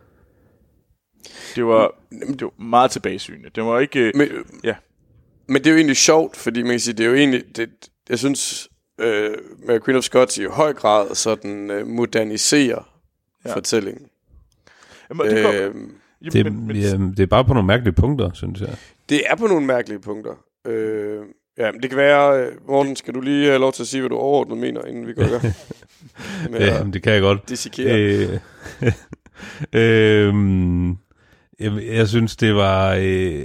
Det var meget tilbagesynende. Det var ikke... Men det er jo egentlig sjovt, fordi man kan sige, det er jo egentlig... jeg synes, med Queen of Scots i høj grad sådan moderniserer fortællingen. Det er bare på nogle mærkelige punkter, synes jeg. Det er på nogle mærkelige punkter. Det kan være... Morten, skal du lige have lov til at sige, hvad du overordnet mener, inden vi går i gang? Det kan jeg godt. Dissekere. Jeg synes, det var...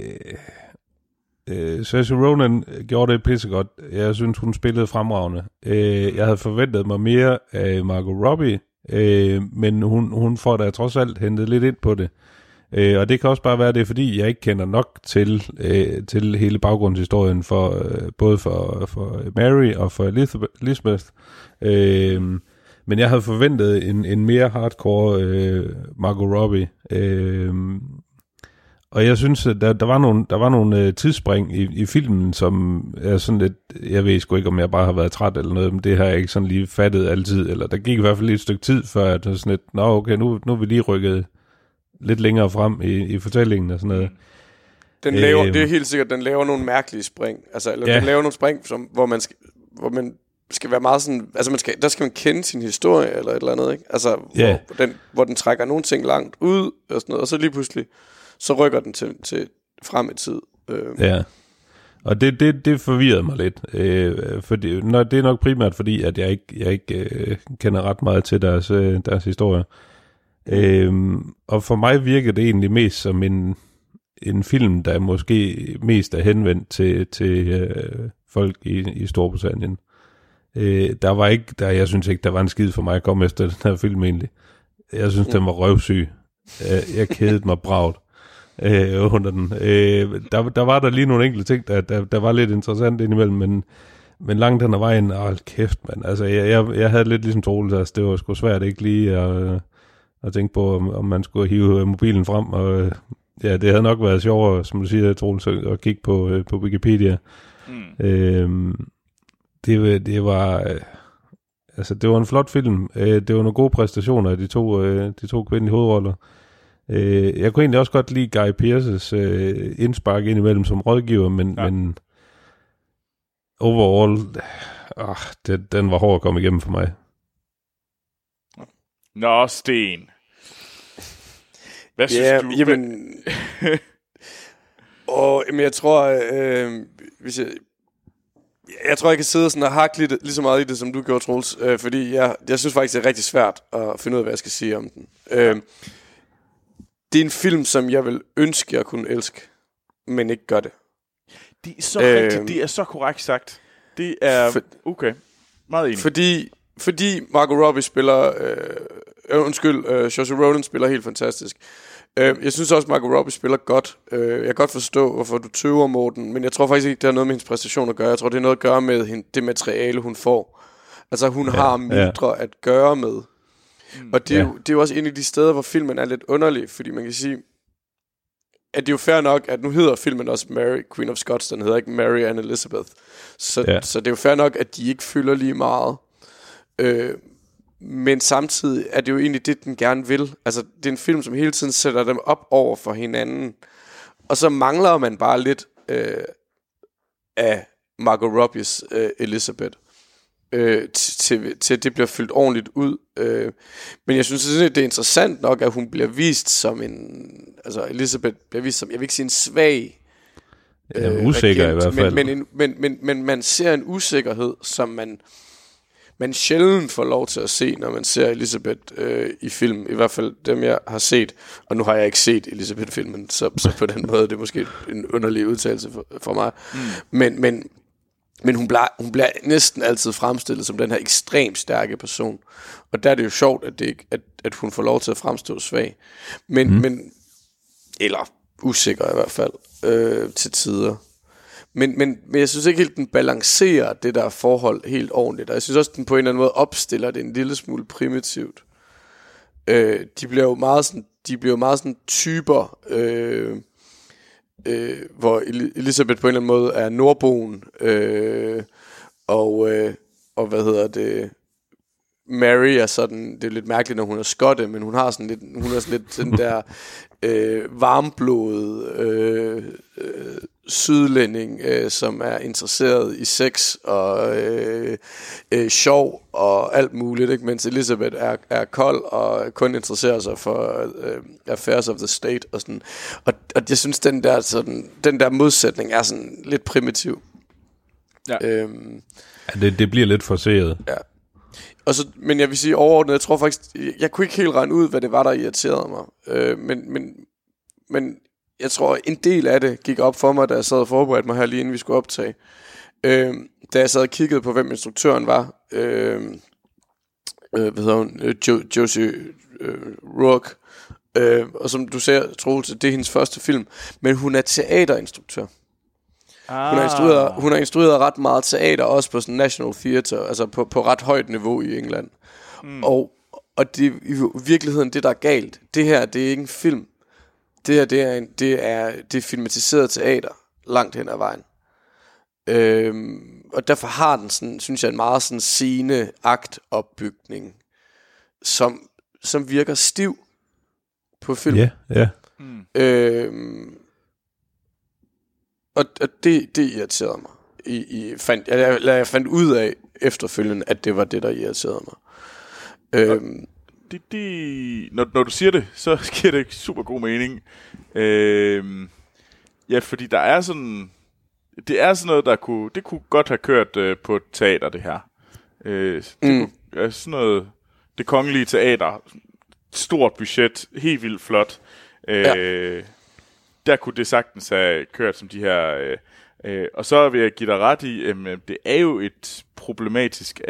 Saoirse Ronan gjorde det pissegodt. Jeg synes, hun spillede fremragende. Jeg havde forventet mig mere af Margot Robbie, men hun får da trods alt hentet lidt ind på det. Og det kan også bare være det, fordi jeg ikke kender nok til hele baggrundshistorien for både for Mary og for Elizabeth. Men jeg havde forventet en mere hardcore Margot Robbie. Og jeg synes, at der var nogle tidsspring i filmen, som er sådan lidt... Jeg ved sgu ikke, om jeg bare har været træt eller noget, men det har jeg ikke sådan lige fattet altid. Eller der gik i hvert fald lige et stykke tid, før at sådan lidt... Nå, okay, nu er vi lige rykket lidt længere frem i fortællingen og sådan noget. Det er helt sikkert, den laver nogle mærkelige spring. Altså, den laver nogle spring, hvor man skal være meget sådan... Altså, der skal man kende sin historie eller et eller andet, ikke? Altså, hvor den trækker nogle ting langt ud og sådan noget, og så lige pludselig... så rykker den til frem i tid. Ja. Og det forvirrede mig lidt. Fordi, det er nok primært fordi, at jeg ikke kender ret meget til deres historie. Og for mig virker det egentlig mest som en film, der måske mest er henvendt til folk i Storbritannien. Jeg synes ikke, der var en skid for mig at komme efter den her film egentlig. Jeg synes, den var røvsyg. Jeg kedede mig bragt under den. Der var der lige nogle enkelte ting, der var lidt interessant indimellem, men langt hen ad vejen, kæft, mand. Altså, jeg havde lidt ligesom Troels, altså, det var sgu svært ikke lige at tænke på, om man skulle hive mobilen frem, og ja, det havde nok været sjovere, som du siger, Troels, at kigge på Wikipedia. Det var... Altså, det var en flot film. Det var nogle gode præstationer af de to kvindelige hovedroller. Jeg kunne egentlig også godt lide Guy Pearces indspark indimellem som rådgiver, men overall, den var hård at komme igennem for mig. Nå, Sten. Hvad synes du? Jamen, jeg tror, jeg tror, jeg kan sidde sådan og hakke lige så meget i det, som du gjorde, Troels, fordi jeg synes faktisk, det er rigtig svært at finde ud af, hvad jeg skal sige om den. Det er en film, som jeg vil ønske, jeg kunne elske, men ikke gør det. Det er så rigtigt, det er så korrekt sagt. Det er, okay, meget enig. Fordi Margot Robbie spiller, Saoirse Ronan spiller helt fantastisk. Jeg synes også, Margot Robbie spiller godt. Jeg kan godt forstå, hvorfor du tøver, Morten, men jeg tror faktisk ikke, det har noget med hendes præstation at gøre. Jeg tror, det er noget at gøre med det materiale, hun får. Altså, hun har mindre at gøre med. Og det er jo også en af de steder, hvor filmen er lidt underlig, fordi man kan sige, at det er jo fair nok, at nu hedder filmen også Mary, Queen of Scots, den hedder ikke Mary and Elizabeth. Så det er jo fair nok, at de ikke fylder lige meget. Men samtidig er det jo egentlig det, den gerne vil. Altså, det er en film, som hele tiden sætter dem op over for hinanden. Og så mangler man bare lidt af Margot Robbies Elizabeth. Til det bliver fyldt ordentligt ud. Men jeg synes, at det er interessant nok, at hun bliver vist som en... Altså, Elizabeth bliver vist som, jeg vil ikke sige en svag... usikker agent, i hvert fald. Men man ser en usikkerhed, som man sjældent får lov til at se, når man ser Elizabeth i film. I hvert fald dem, jeg har set. Og nu har jeg ikke set Elizabeth-filmen, så på den måde det er måske en underlig udtalelse for mig. Men hun bliver næsten altid fremstillet som den her ekstremt stærke person. Og der er det jo sjovt, at hun får lov til at fremstå svag. Men eller usikker i hvert fald til tider. Men jeg synes ikke helt, den balancerer det der forhold helt ordentligt. Og jeg synes også, den på en eller anden måde opstiller det en lille smule primitivt. De bliver jo meget sådan typer, hvor Elizabeth på en eller anden måde er nordboen, og hvad hedder det... Mary er sådan, det er lidt mærkeligt, når hun er skotte, men hun er sådan lidt den der varmblodede sydlænding, som er interesseret i sex og sjov og alt muligt, ikke? Mens Elizabeth er kold og kun interesserer sig for affairs of the state og sådan. Og jeg synes den der modsætning er sådan lidt primitiv. Ja. Det bliver lidt forceret. Ja. Og så, men jeg vil sige overordnet, jeg tror faktisk, jeg kunne ikke helt regne ud, hvad det var, der irriterede mig. Men jeg tror, en del af det gik op for mig, da jeg sad og forberedte mig her lige inden vi skulle optage. Da jeg sad og kiggede på, hvem instruktøren var. Hvad hedder hun? Josie Rourke. Og som du ser, Troels, det er hendes første film. Men hun er teaterinstruktør. Hun har instrueret ret meget teater, også på sådan National Theatre, altså på ret højt niveau i England. Og det er i virkeligheden det, der er galt. Det her, det er ikke en film. Det her, det er filmatiseret teater langt hen ad vejen. Og derfor har den sådan, synes jeg, en meget sådan scene aktopbygning, som virker stiv på film. Ja. Og det irriterede mig. Jeg fandt ud af efterfølgende, at det var det, der irriterede mig. Når du siger det, så giver det super god mening. Ja, fordi der er sådan... det er sådan noget, det kunne godt have kørt på et teater, det her. Det kunne, sådan noget, Det Kongelige Teater, stort budget, helt vildt flot. Der kunne det sagtens have kørt som de her... og så vil jeg give dig ret i, det er jo et problematisk,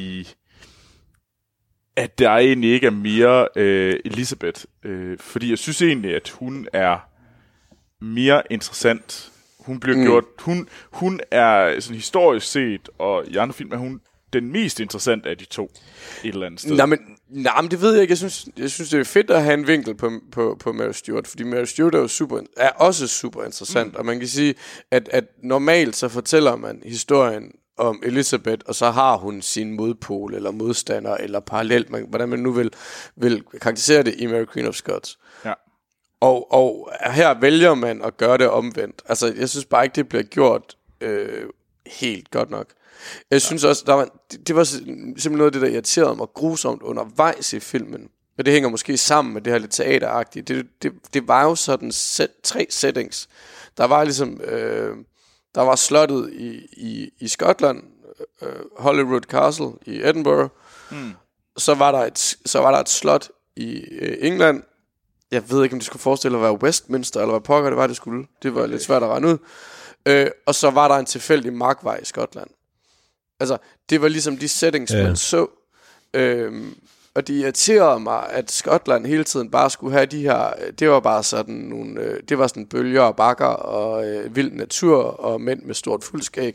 at der egentlig ikke er mere Elizabeth. Fordi jeg synes egentlig, at hun er mere interessant. Hun bliver gjort... Hun er sådan historisk set, og i andre film er hun den mest interessante af de to et eller andet sted. Nej, men det ved jeg ikke. Jeg synes det er fedt at have en vinkel på Meryl Stewart, fordi Meryl Stewart er også super interessant, og man kan sige, at normalt så fortæller man historien om Elizabeth, og så har hun sin modpol, eller modstander, eller parallelt, hvordan man nu vil karakterisere det i Mary Queen of Scots. Ja. Og her vælger man at gøre det omvendt. Altså, jeg synes bare ikke, det bliver gjort helt godt nok. Jeg synes også, det var simpelthen noget af det, der irriterede mig grusomt undervejs i filmen. Og det hænger måske sammen med det her lidt teateragtige. Det var jo sådan 3 settings. Der var ligesom, der var slottet i Skotland, Holyrood Castle i Edinburgh. Så var der et slot i England. Jeg ved ikke, om det skulle forestille at være Westminster, eller hvad pokker det var, det skulle. Det var lidt svært at regne ud. Og så var der en tilfældig markvej i Skotland. Altså, det var ligesom de settings, man så. Og det irriterede mig, at Skotland hele tiden bare skulle have de her... Det var bare sådan nogle... det var sådan bølger og bakker og vild natur og mænd med stort fuldskæg.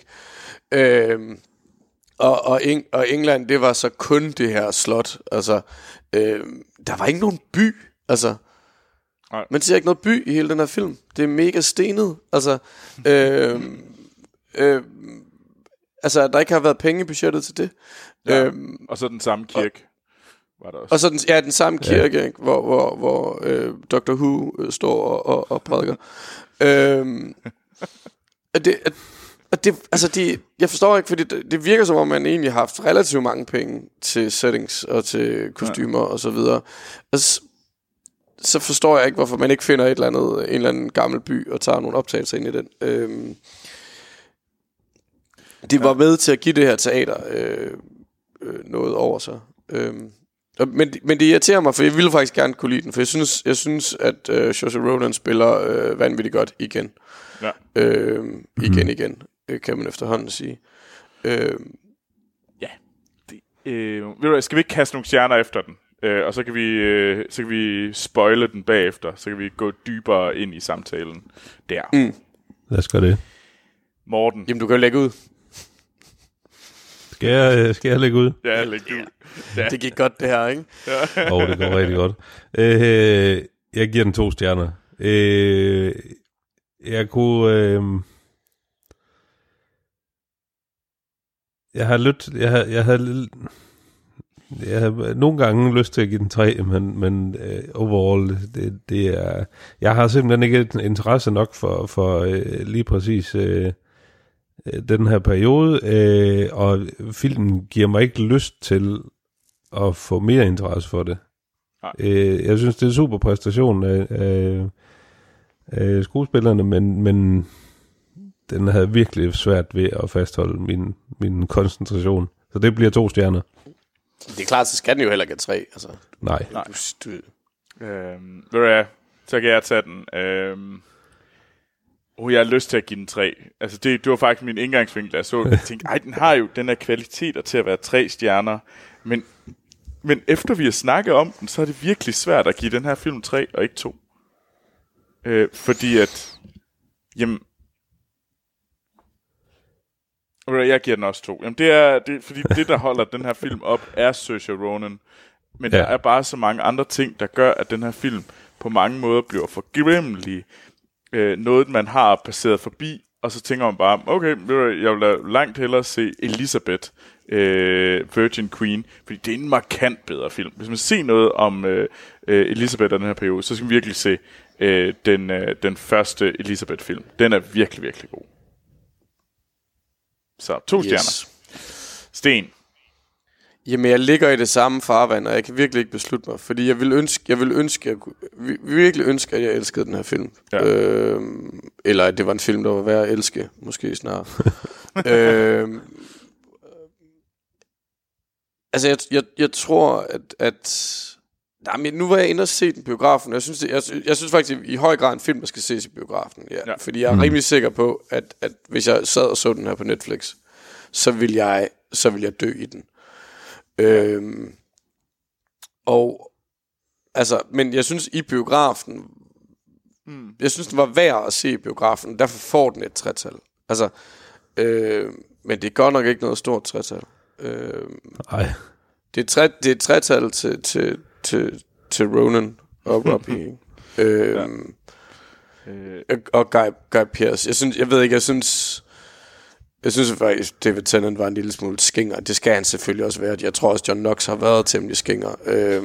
Og England, det var så kun det her slot. Altså, der var ikke nogen by. Altså, man ser ikke noget by i hele den her film. Det er mega stenet. Altså... Altså, der ikke har været penge i budgettet til det. Ja, og så den samme kirke var der også. Og så den samme kirke, ikke, hvor Dr. Who står og prædiker. Jeg forstår ikke, fordi det virker som om, man egentlig har haft relativt mange penge til settings og til kostymer og så videre. Så forstår jeg ikke, hvorfor man ikke finder en eller anden gammel by og tager nogle optagelser ind i den. Det var med til at give det her teater noget over sig. Men det irriterer mig, for jeg ville faktisk gerne kunne lide den, for jeg synes at Saoirse Ronan spiller vanvittigt godt igen. Ja. Igen, kan man efterhånden sige. Ja. Skal vi ikke kaste nogle stjerner efter den? Og så kan vi spoile den bagefter. Så kan vi gå dybere ind i samtalen der. Lad os gøre det. Morten. Jamen, du kan jo lægge ud. Skal jeg lægge ud? Ja, lægge ud. Ja. Det gik godt det her, ikke? Det går rigtig godt. Jeg giver den 2 stjerner. Jeg kunne... Jeg havde nogle gange lyst til at give den 3, men overall, det er... Jeg har simpelthen ikke interesse nok for lige præcis... den her periode, og filmen giver mig ikke lyst til at få mere interesse for det. Jeg synes, det er en super præstation af skuespillerne, men den havde virkelig svært ved at fastholde min koncentration. Så det bliver 2 stjerner. Det er klart, så skal den jo heller ikke have 3. Altså. Nej. Så kan jeg tage den. Jeg har lyst til at give den 3. Altså det var faktisk min indgangsvinkel, da jeg så den. Jeg tænkte, den har jo den her kvaliteter til at være 3 stjerner. Men efter vi har snakket om den, så er det virkelig svært at give den her film 3 og ikke 2. Fordi at... Jamen... Jeg giver den også 2. Jamen fordi det, der holder den her film op, er Saoirse Ronan. Men der er bare så mange andre ting, der gør, at den her film på mange måder bliver forglemmelig. Noget, man har passeret forbi, og så tænker man bare, okay, jeg vil langt hellere se Elizabeth, Virgin Queen, fordi det er en markant bedre film. Hvis man ser noget om Elizabeth af den her periode, så skal man virkelig se den første Elizabeth-film. Den er virkelig, virkelig god. Så 2 stjerner. Sten. Jamen, jeg ligger i det samme farvand, og jeg kan virkelig ikke beslutte mig, fordi jeg vil virkelig ønske, at jeg elskede den her film. Ja. Eller at det var en film, der var værd at elske, måske snart. Altså, jeg tror, at men nu var jeg inde og se den biografen. Jeg synes faktisk i høj grad en film, der skal ses i biografen. Ja. Fordi jeg er rimelig sikker på, at hvis jeg sad og så den her på Netflix, så vil jeg dø i den. Og altså, men jeg synes i biografen, jeg synes den var værd at se i biografen. Derfor får den et 3-tal. Altså, men det er godt nok ikke noget stort 3-tal. Nej. Det er et 3-tal til Ronan og Robbie. Og Guy Pearce. Jeg synes faktisk, David Tennant var en lille smule skinger. Det skal han selvfølgelig også være. Jeg tror også, John Knox har været temmelig skinger.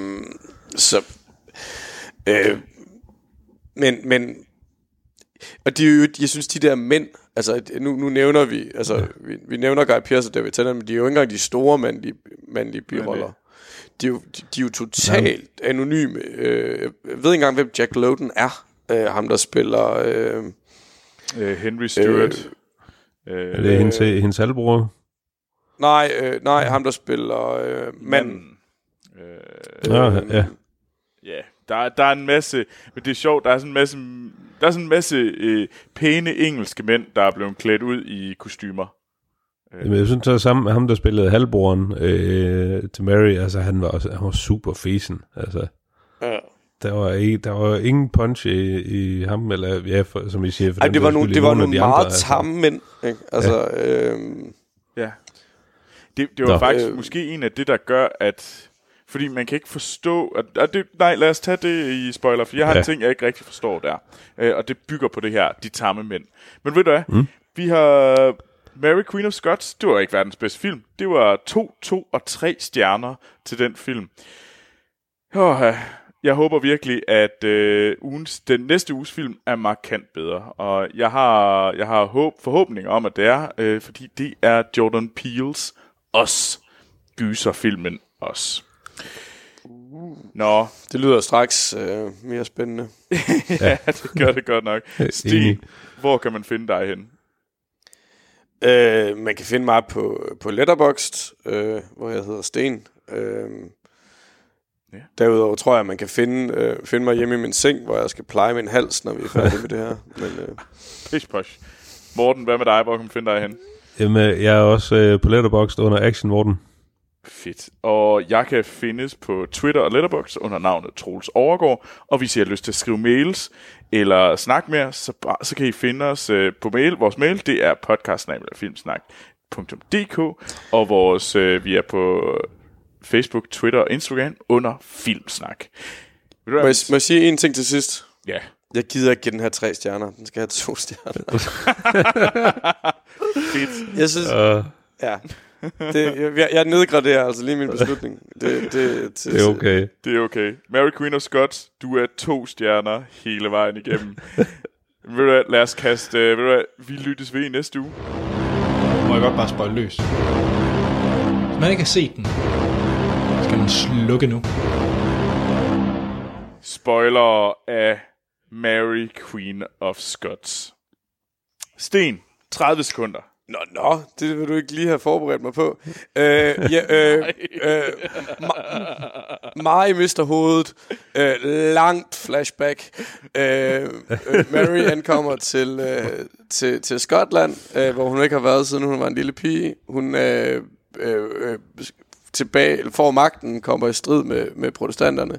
Men og de er jo, jeg synes, de der mænd, altså nu nævner vi, altså vi nævner Guy Pearce og David Tennant, men de er jo ikke engang de store mandlige biroller. De er jo totalt anonyme. Jeg ved ikke engang, hvem Jack Lowden er. Ham, der spiller Henry Stewart. Er det hendes halvbror? Nej, ham, der spiller manden. Ja. Ja, der er en masse, men det er sjovt, der er sådan en masse pæne engelske mænd, der er blevet klædt ud i kostymer. Jamen, jeg synes, det var sammen med ham, der spillede halvbroren til Mary. Altså, han var super fesen. Altså, ja. Der var ingen punch i ham, eller ja, som I siger. Det var nogle meget tamme mænd, ikke? Altså, ja. Det var faktisk måske en af det, der gør, at fordi man kan ikke forstå nej, lad os tage det i spoiler, for jeg har en ting, jeg ikke rigtig forstår der. Og det bygger på det her, de tamme mænd. Men ved du hvad? Vi har Mary Queen of Scots. Det var ikke verdens bedste film. Det var 2, 2 og 3 stjerner til den film. Jeg håber virkelig, at den næste uges film er markant bedre. Og jeg har forhåbninger om, at det er, fordi det er Jordan Peele's Us. Gyserfilmen Us. Nå. Det lyder straks mere spændende. Ja, det gør det godt nok. Sten, hvor kan man finde dig hen? Man kan finde mig på Letterboxd, hvor jeg hedder Sten. Derudover tror jeg, man kan finde mig hjemme i min seng, hvor jeg skal pleje min hals, når vi er færdige med det her. Pish posh. Morten, hvad med dig? Hvor kan man finde dig hen? Jamen, jeg er også på Letterboxd under Action Morten. Fedt. Og jeg kan findes på Twitter og Letterboxd under navnet Troels Overgaard. Og hvis I har lyst til at skrive mails eller snakke med os, så kan I finde os på mail. Vores mail, det er podcast@filmsnak.dk. Og vi er på Facebook, Twitter og Instagram under Filmsnak. Må jeg sige en ting til sidst? Ja. Jeg gider ikke give den her 3 stjerner. Den skal have 2 stjerner. Fedt. Jeg synes... Ja. Jeg nedgraderer altså lige min beslutning. Det er okay. Det er okay. Mary Queen of Scots, du er 2 stjerner hele vejen igennem. Lad os kaste... vi lyttes ved i næste uge. Må jeg godt bare spoil løs? Hvis man ikke har set den, skal man slukke nu. Spoiler af Mary Queen of Scots. Sten, 30 sekunder. Nå, det vil du ikke lige have forberedt mig på. Mary mister hovedet. Langt flashback. Mary ankommer til Skotland, hvor hun ikke har været, siden hun var en lille pige. Hun tilbage får magten, kommer i strid med protestanterne.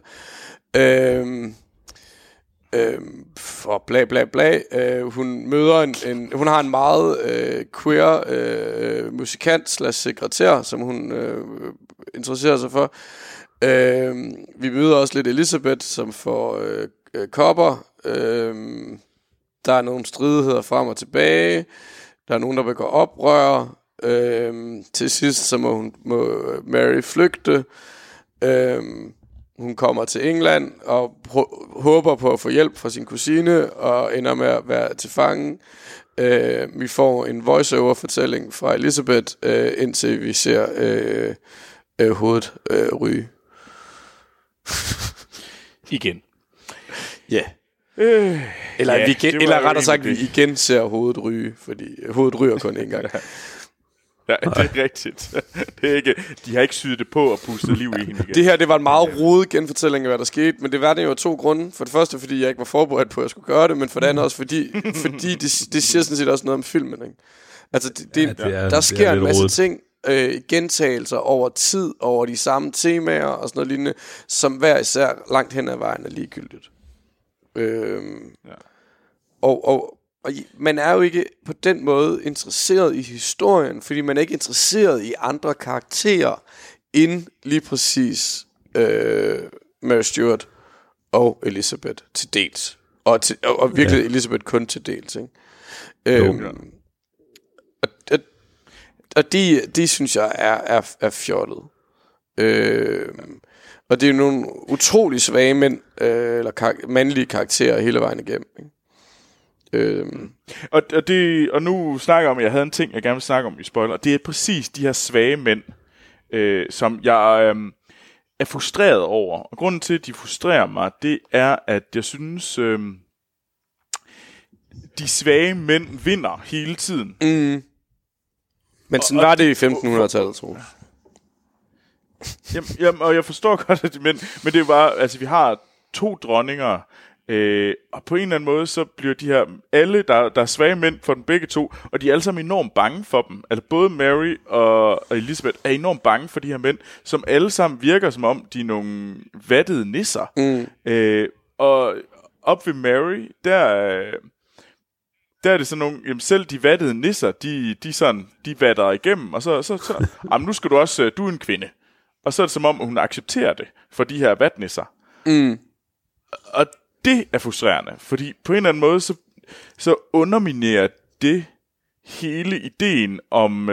For bla bla bla. Hun møder hun har en meget queer musikant / sekretær, som hun interesserer sig for. Vi møder også lidt Elizabeth, som får kopper. Der er nogle stridigheder frem og tilbage. Der er nogen, der vil gå oprør. Til sidst så må Mary flygte. Hun kommer til England og håber på at få hjælp fra sin kusine og ender med at være til fange. Vi får en voice-over-fortælling fra Elizabeth, indtil vi ser hovedet ryge. Igen. Ja. Eller rettere sagt, vi igen ser hovedet ryge, fordi hovedet ryger kun en gang. Ja, det er rigtigt. Det er ikke, de har ikke syet det på og pustet liv i hende igen. Det her, det var en meget rodet genfortælling af, hvad der skete, men det var det jo af 2 grunde. For det første, fordi jeg ikke var forberedt på, at jeg skulle gøre det, men for det andet også, fordi det siger sådan set også noget om filmen, ikke? Altså, der sker en masse ting, gentagelser over tid, over de samme temaer og sådan noget lignende, som hver især langt hen ad vejen er ligegyldigt. Og man er jo ikke på den måde interesseret i historien, fordi man er ikke interesseret i andre karakterer end lige præcis Mary Stuart og Elizabeth til dels. Og virkelig Elizabeth kun til dels, ikke? Og de synes jeg er fjollet. Og det er jo nogle utrolig svage mænd, eller mandlige karakterer hele vejen igennem, ikke? Og nu snakker jeg om, at jeg havde en ting, jeg gerne vil snakke om i spoiler. Det er præcis de her svage mænd, som jeg er frustreret over. Og grunden til, at de frustrerer mig, det er, at jeg synes, de svage mænd vinder hele tiden. Men sådan var det i 1500-tallet, tror jeg. Jamen, og jeg forstår godt, at men det er bare, altså vi har 2 dronninger, og på en eller anden måde, så bliver de her, alle, der er svage mænd for dem begge 2, og de er alle sammen enormt bange for dem. Altså både Mary og Elizabeth er enormt bange for de her mænd, som alle sammen virker som om, de er nogle vattede nisser. Og op ved Mary, der er det sådan nogle, jamen selv de vattede nisser, de vatter igennem, og så jamen nu skal du også, du er en kvinde. Og så er det som om, hun accepterer det for de her vatnisser. Og det er frustrerende, fordi på en eller anden måde, så underminerer det hele ideen om,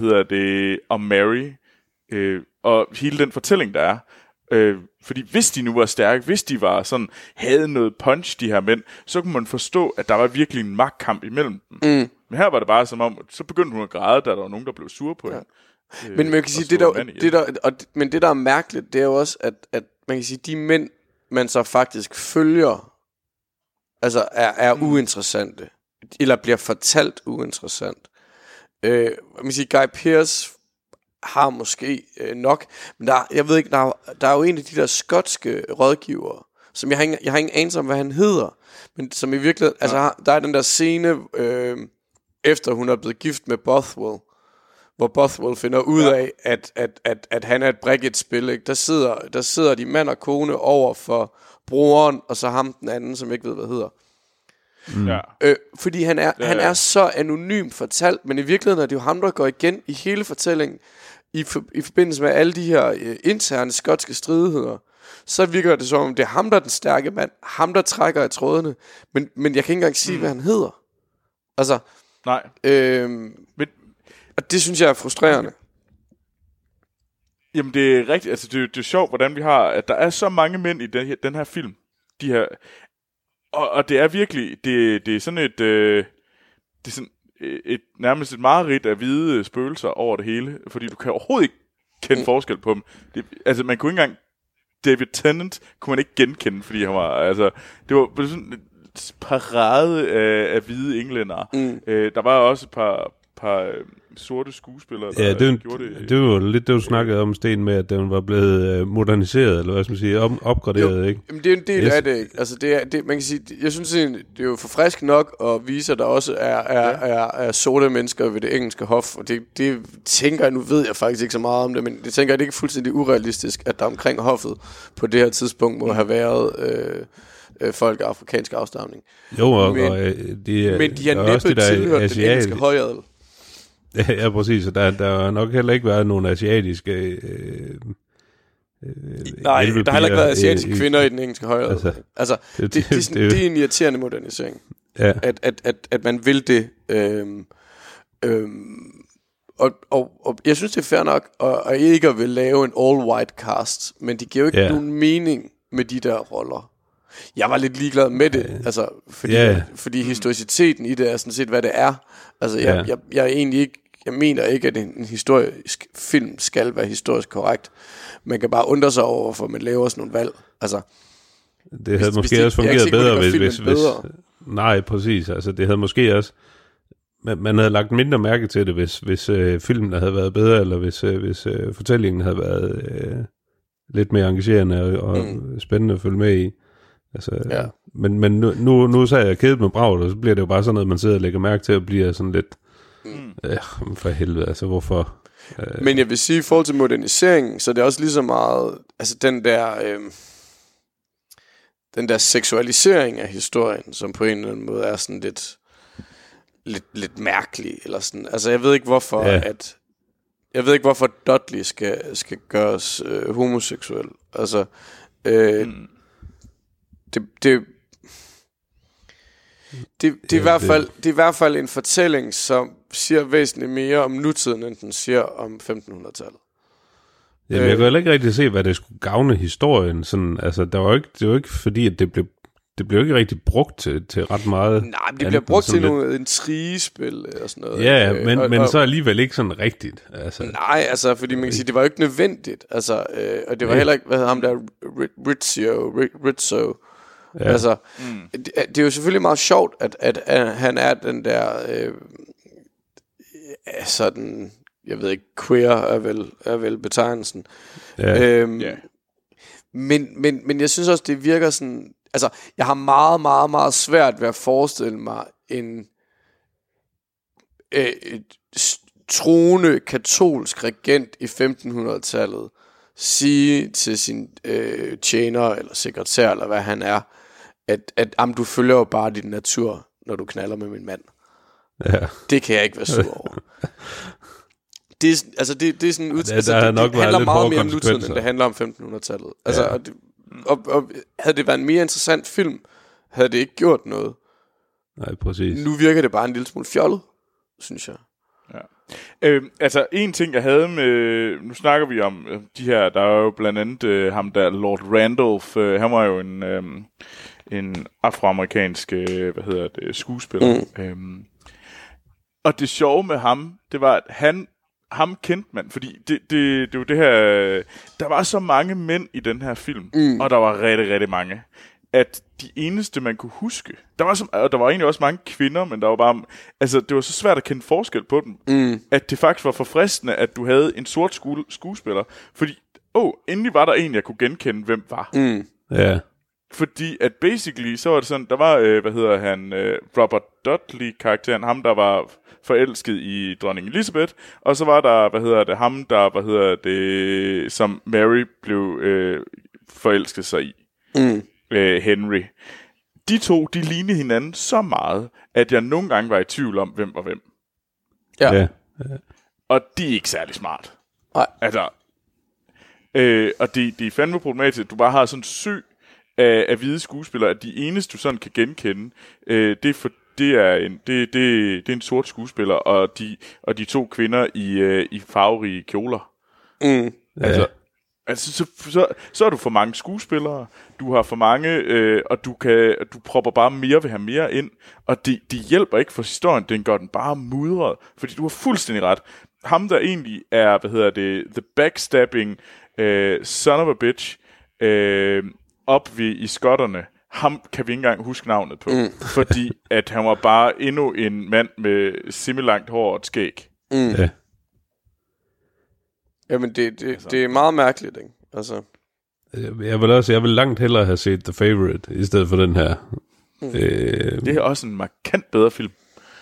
om Mary, og hele den fortælling, der er. Fordi hvis de nu var stærke, hvis de var sådan, havde noget punch, de her mænd, så kunne man forstå, at der var virkelig en magtkamp imellem dem. Men her var det bare som om, så begyndte hun at græde, da der var nogen, der blev sure på hende. Men man kan sige, men det der er mærkeligt, det er jo også, at man kan sige, de mænd, man så faktisk følger, altså er uinteressante, eller bliver fortalt uinteressant. Man kan sige, Guy Pearce har måske nok, men jeg ved ikke, der er jo en af de der skotske rådgivere, som jeg har ingen anelse om, hvad han hedder, men som i virkeligheden, altså der er den der scene, efter hun er blevet gift med Bothwell, hvor Bothwell finder ud af, at han er et brækket-spil, ikke? Der sidder de mand og kone over for broren, og så ham den anden, som ikke ved, hvad hedder. Fordi han er så anonym fortalt, men i virkeligheden er det jo ham, der går igen i hele fortællingen, i forbindelse med alle de her interne skotske stridigheder. Så virker det som om, det er ham, der er den stærke mand, ham, der trækker i trådene, men jeg kan ikke engang sige, hvad han hedder. Altså, nej. Og det synes jeg er frustrerende. Jamen det er rigtigt, altså det er sjovt, hvordan vi har, at der er så mange mænd i den her film. De her, og det er virkelig, det er sådan et, det er sådan et nærmest et mareridt af hvide spøgelser over det hele, fordi du kan overhovedet ikke kende forskel på dem. Altså man kunne ikke engang, David Tennant kunne man ikke genkende, fordi han var, altså det var sådan et parade af hvide englændere. Der var også et par sorte skuespillere, der gjorde det. Det var jo lidt det, du snakkede om, Sten, med, at den var blevet moderniseret, eller hvad skal man sige, opgraderet, jo, ikke? Jamen, det er en del af det, ikke? Altså, det, man kan sige, jeg synes, det er jo for frisk nok at vise, at der også er sorte mennesker ved det engelske hof, og det tænker jeg, nu ved jeg faktisk ikke så meget om det, men det tænker jeg, det er ikke fuldstændig urealistisk, at der omkring hoffet på det her tidspunkt må have været folk af afrikansk afstamning. Jo, men de har næppe tilhørt den engelske højadel. Ja, præcis. Og der har nok heller ikke været nogen asiatiske nej, der har heller ikke været asiatiske kvinder i den engelske højadel. Altså det er en irriterende modernisering. Ja. At man vil det. Og jeg synes, det er fair nok at ikke at vil lave en all-white cast, men det giver jo ikke nogen mening med de der roller. Jeg var lidt ligeglad med det, altså, fordi historiciteten i det er sådan set, hvad det er. Altså, jeg er egentlig ikke jeg mener ikke, at en historisk film skal være historisk korrekt. Man kan bare undre sig over, hvorfor man laver sådan nogle valg. Altså, det havde måske også fungeret bedre, hvis nej, præcis. Altså, det havde måske også... Man havde lagt mindre mærke til det, hvis filmen havde været bedre, eller hvis fortællingen havde været lidt mere engagerende og spændende at følge med i. Altså, ja. Men nu så er jeg kædet med braget, og så bliver det jo bare sådan noget, man sidder og lægger mærke til, og bliver sådan lidt... for helvede, altså hvorfor... Men jeg vil sige, i forhold til moderniseringen, så er det også lige så meget... Altså den der seksualisering af historien, som på en eller anden måde er sådan lidt mærkelig, eller sådan. Altså jeg ved ikke hvorfor, jeg ved ikke hvorfor Dudley skal gøres homoseksuel. Altså det er i hvert fald en fortælling, som siger væsentligt mere om nutiden, end den siger om 1500-tallet. Jamen, jeg kan heller ikke rigtig se, hvad det skulle gavne historien. Sådan, altså, det var jo ikke fordi, at det blev ikke rigtig brugt til ret meget. Nej, det bliver brugt til noget intrigespil og sådan noget. Ja, men så alligevel ikke sådan rigtigt. Altså. Nej, altså, fordi man kan sige, det var jo ikke nødvendigt. Altså, og det var heller ikke, hvad hedder ham der, Rizzo. Ja. Altså, det er jo selvfølgelig meget sjovt, at han er den der sådan, jeg ved ikke, queer er vel betegnelsen. Ja. Men jeg synes også, det virker sådan, altså, jeg har meget, meget, meget svært ved at forestille mig en troende katolsk regent i 1500-tallet sige til sin tjener eller sekretær, eller hvad han er, at du følger jo bare din natur, når du knaller med min mand. Ja. Det kan jeg ikke være sur over. Det er sådan altså, det handler meget mere om nutiden, end det handler om 1500-tallet. Altså, ja. Og havde det været en mere interessant film, havde det ikke gjort noget. Nej, præcis. Nu virker det bare en lille smule fjollet, synes jeg. Ja. Altså en ting jeg havde med, nu snakker vi om de her, der er jo blandt andet ham der Lord Randolph, han var jo en afroamerikansk skuespiller. Og det sjove med ham, det var, at ham kendte man, fordi det var det her, der var så mange mænd i den her film, og der var rigtig, rigtig mange, at de eneste, man kunne huske, der var egentlig også mange kvinder, men der var bare, altså det var så svært at kende forskel på dem, at det faktisk var forfriskende, at du havde en sort skuespiller, fordi, endelig var der en, jeg kunne genkende, hvem var. Ja. Fordi at basically, så var det sådan, der var, Robert Dudley-karakteren, ham der var forelsket i dronning Elizabeth, og så var der, ham der, som Mary blev forelsket sig i. Henry. De to, de lignede hinanden så meget, at jeg nogle gange var i tvivl om, hvem var hvem. Ja. Og de er ikke særlig smart. Nej. Altså, og de er fandme problematisk, at du bare har sådan en sø af hvide skuespillere, at de eneste, du sådan kan genkende, det er en sort skuespiller, og de to kvinder i farverige kjoler. Altså, så er du for mange skuespillere, du har for mange, og du propper bare mere, vil have mere ind, og det hjælper ikke for historien, den gør den bare mudret, fordi du har fuldstændig ret. Ham, der egentlig er, the backstabbing son of a bitch, op i skotterne, ham kan vi ikke engang huske navnet på, fordi at han var bare endnu en mand med semilangt hår og et skæg. Ja. Jamen, det er meget mærkeligt, ikke? Altså. Jeg vil langt hellere have set The Favourite, i stedet for den her. Det er også en markant bedre film.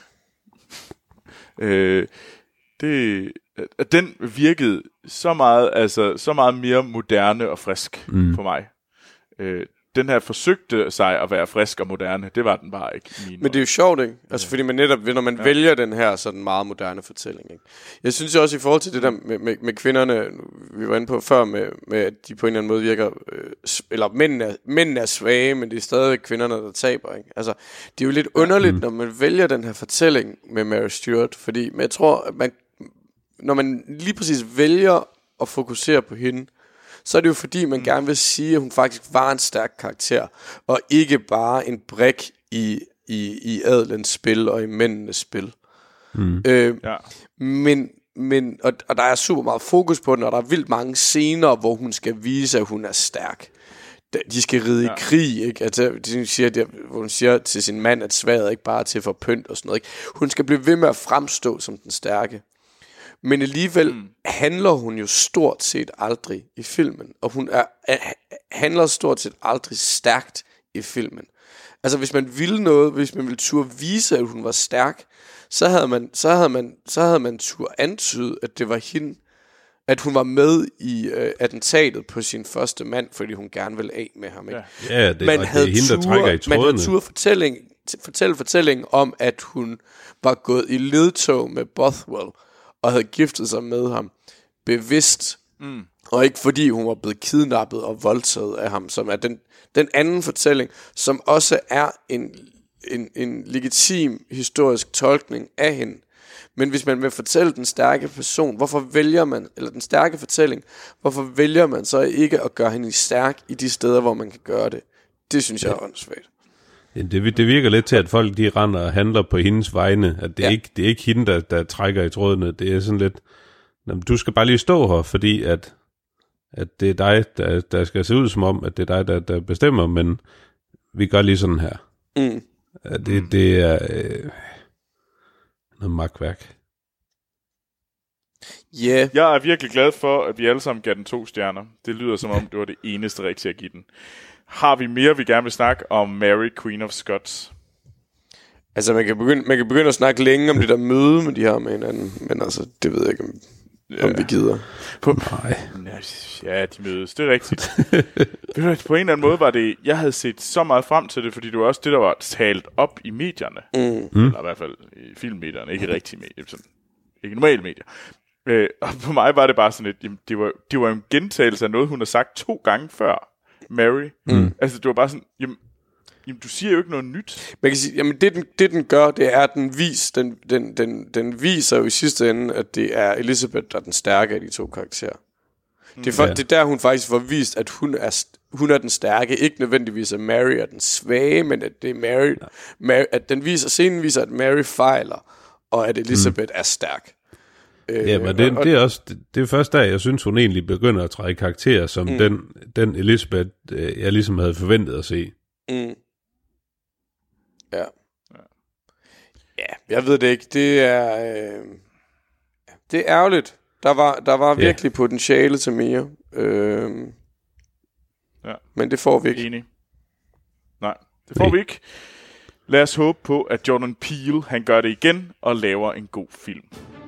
Den virkede så meget mere moderne og frisk for mig. Den her forsøgte sig at være frisk og moderne, det var den bare ikke. Men det er jo sjovt, ikke? Altså, fordi man netop, når man vælger den her sådan meget moderne fortælling, ikke? Jeg synes også i forhold til det der med kvinderne, vi var inde på før, med at de på en eller anden måde virker, eller mændene er svage, men det er stadig kvinderne, der taber, ikke? Altså, det er jo lidt underligt, når man vælger den her fortælling med Mary Stuart, fordi jeg tror, at når man lige præcis vælger at fokusere på hende, så er det jo fordi, man gerne vil sige, at hun faktisk var en stærk karakter, og ikke bare en brik i adelens spil og i mændenes spil. Ja. Men der er super meget fokus på den, og der er vildt mange scener, hvor hun skal vise, at hun er stærk. De skal ride i krig, ikke? Altså, hvor hun siger til sin mand, at sværdet ikke bare er til for pynt og sådan noget, ikke? Hun skal blive ved med at fremstå som den stærke. Men alligevel handler hun jo stort set aldrig i filmen, og hun handler stort set aldrig stærkt i filmen. Altså, hvis man ville noget, hvis man ville turde vise, at hun var stærk, så havde man turde antyde, at det var hende, at hun var med i attentatet på sin første mand, fordi hun gerne ville af med ham, ikke? Ja, det er hende, der trækker i trådene. Man havde turde fortælle fortællingen om, at hun var gået i ledtog med Bothwell, og havde giftet sig med ham bevidst, og ikke fordi hun var blevet kidnappet og voldtaget af ham, som er den anden fortælling, som også er en legitim historisk tolkning af hende. Men hvis man vil fortælle den stærke person, hvorfor vælger man så ikke at gøre hende stærk i de steder, hvor man kan gøre det? Det synes jeg er åndssvagt. Ja, det virker lidt til, at folk de render og handler på hendes vegne. At det er ikke hende, der trækker i trådene. Det er sådan lidt, du skal bare lige stå her, fordi at det er dig, der skal se ud som om, at det er dig, der bestemmer, men vi gør lige sådan her. Det er noget magtværk. Yeah. Jeg er virkelig glad for, at vi alle sammen gav den 2 stjerner. Det lyder som om, det var det eneste rigtige at give den. Har vi mere, vi gerne vil snakke om Mary, Queen of Scots? Altså, man kan begynde at snakke længe om det der møde med de her med hinanden, men altså, det ved jeg ikke, om vi gider. Ja, de mødes, det er rigtigt. På en eller anden måde var det, jeg havde set så meget frem til det, fordi det var også det, der var talt op i medierne. Eller i hvert fald i filmmedierne, ikke rigtige medier, sådan, ikke normale medier. Og på mig var det bare sådan et, jamen, det var en gentagelse af noget, hun har sagt 2 gange før, Mary. Altså, det var bare sådan, jamen, du siger jo ikke noget nyt. Man kan sige, jamen det den gør, det er, at den viser jo i sidste ende, at det er Elizabeth, der er den stærke af de 2 karakterer. Det er der, hun faktisk får vist, at hun er den stærke, ikke nødvendigvis at Mary er den svage, men at det er Mary, at scenen viser, at Mary fejler, og at Elizabeth er stærk. Ja, men det er også det er først der, jeg synes, hun egentlig begynder at trække karakterer, som den Elizabeth, jeg ligesom havde forventet at se. Ja, jeg ved det ikke. Det er ærgerligt. Der var virkelig potentiale til mere. Men det får vi ikke. Enig. Nej, det får vi ikke. Lad os håbe på, at Jordan Peele, han gør det igen og laver en god film.